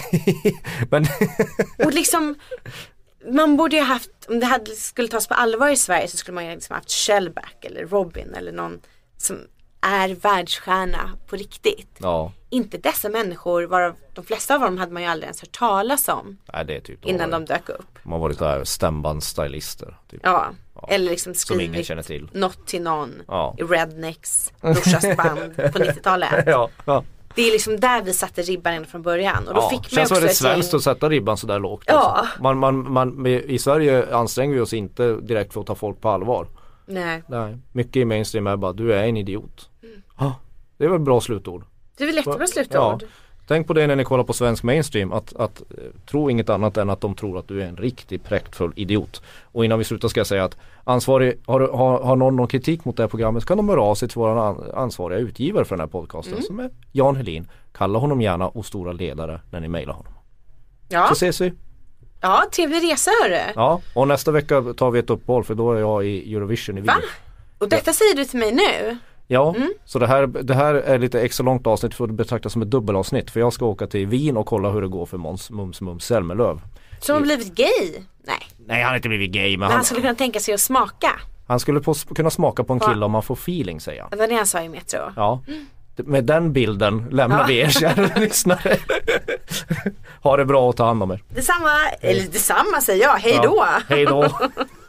Men och liksom man borde ju haft, om det hade, skulle tas på allvar i Sverige så skulle man ju liksom haft Shellback eller Robin eller någon som är världsstjärna på riktigt. Ja. Inte dessa människor, varav de flesta av dem hade man ju aldrig ens hört talas om. Nej, det är typ innan de dök upp. Man var lite där stämbandstylister typ. Ja. Ja, eller liksom skrivit till. något till någon ja. i Rednecks brorsas band på nittiotalet. Ja, ja. Det är liksom där vi satte ribban från början. Och då ja, fick man känns också det svenskt att sätta ribban så där lågt. Ja. Alltså. Man, man, man, I Sverige anstränger vi oss inte direkt för att ta folk på allvar. Nej. Nej. Mycket i mainstream är bara, du är en idiot. Mm. Ah, det är väl ett bra slutord. Det är väl jättebra slutord. Ja. Tänk på det när ni kollar på svensk mainstream. Att, att tro inget annat än att de tror att du är en riktigt präktfull idiot. Och innan vi slutar ska jag säga att ansvarig, har, har, har någon någon kritik mot det här programmet så kan de höra av sig till våra ansvariga utgivare för den här podcasten mm. som är Jan Helin. Kalla honom gärna och stora ledare när ni mejlar honom. Ja. Så ses vi. Ja, trevlig resa hörru. Ja, och nästa vecka tar vi ett uppehåll för då är jag i Eurovision i Wien. Va? Och detta ja. säger du till mig nu? Ja, mm. så det här, det här är lite extra långt avsnitt för att betrakta som ett dubbelavsnitt. För jag ska åka till Wien och kolla hur det går för Måns Mums Mums Zelmerlöw. Som har blivit gay? Nej. Nej, han har inte blivit gay. Men, men han, han skulle kunna tänka sig att smaka. Han skulle på, kunna smaka på en kille om man får feeling, säger han. Det var det han sa i Metro. Ja, mm. Med den bilden lämnar ja. vi er, kära lyssnare. Ha det bra och ta hand om er. Detsamma, eller detsamma säger jag. Hej då. Ja, hej då.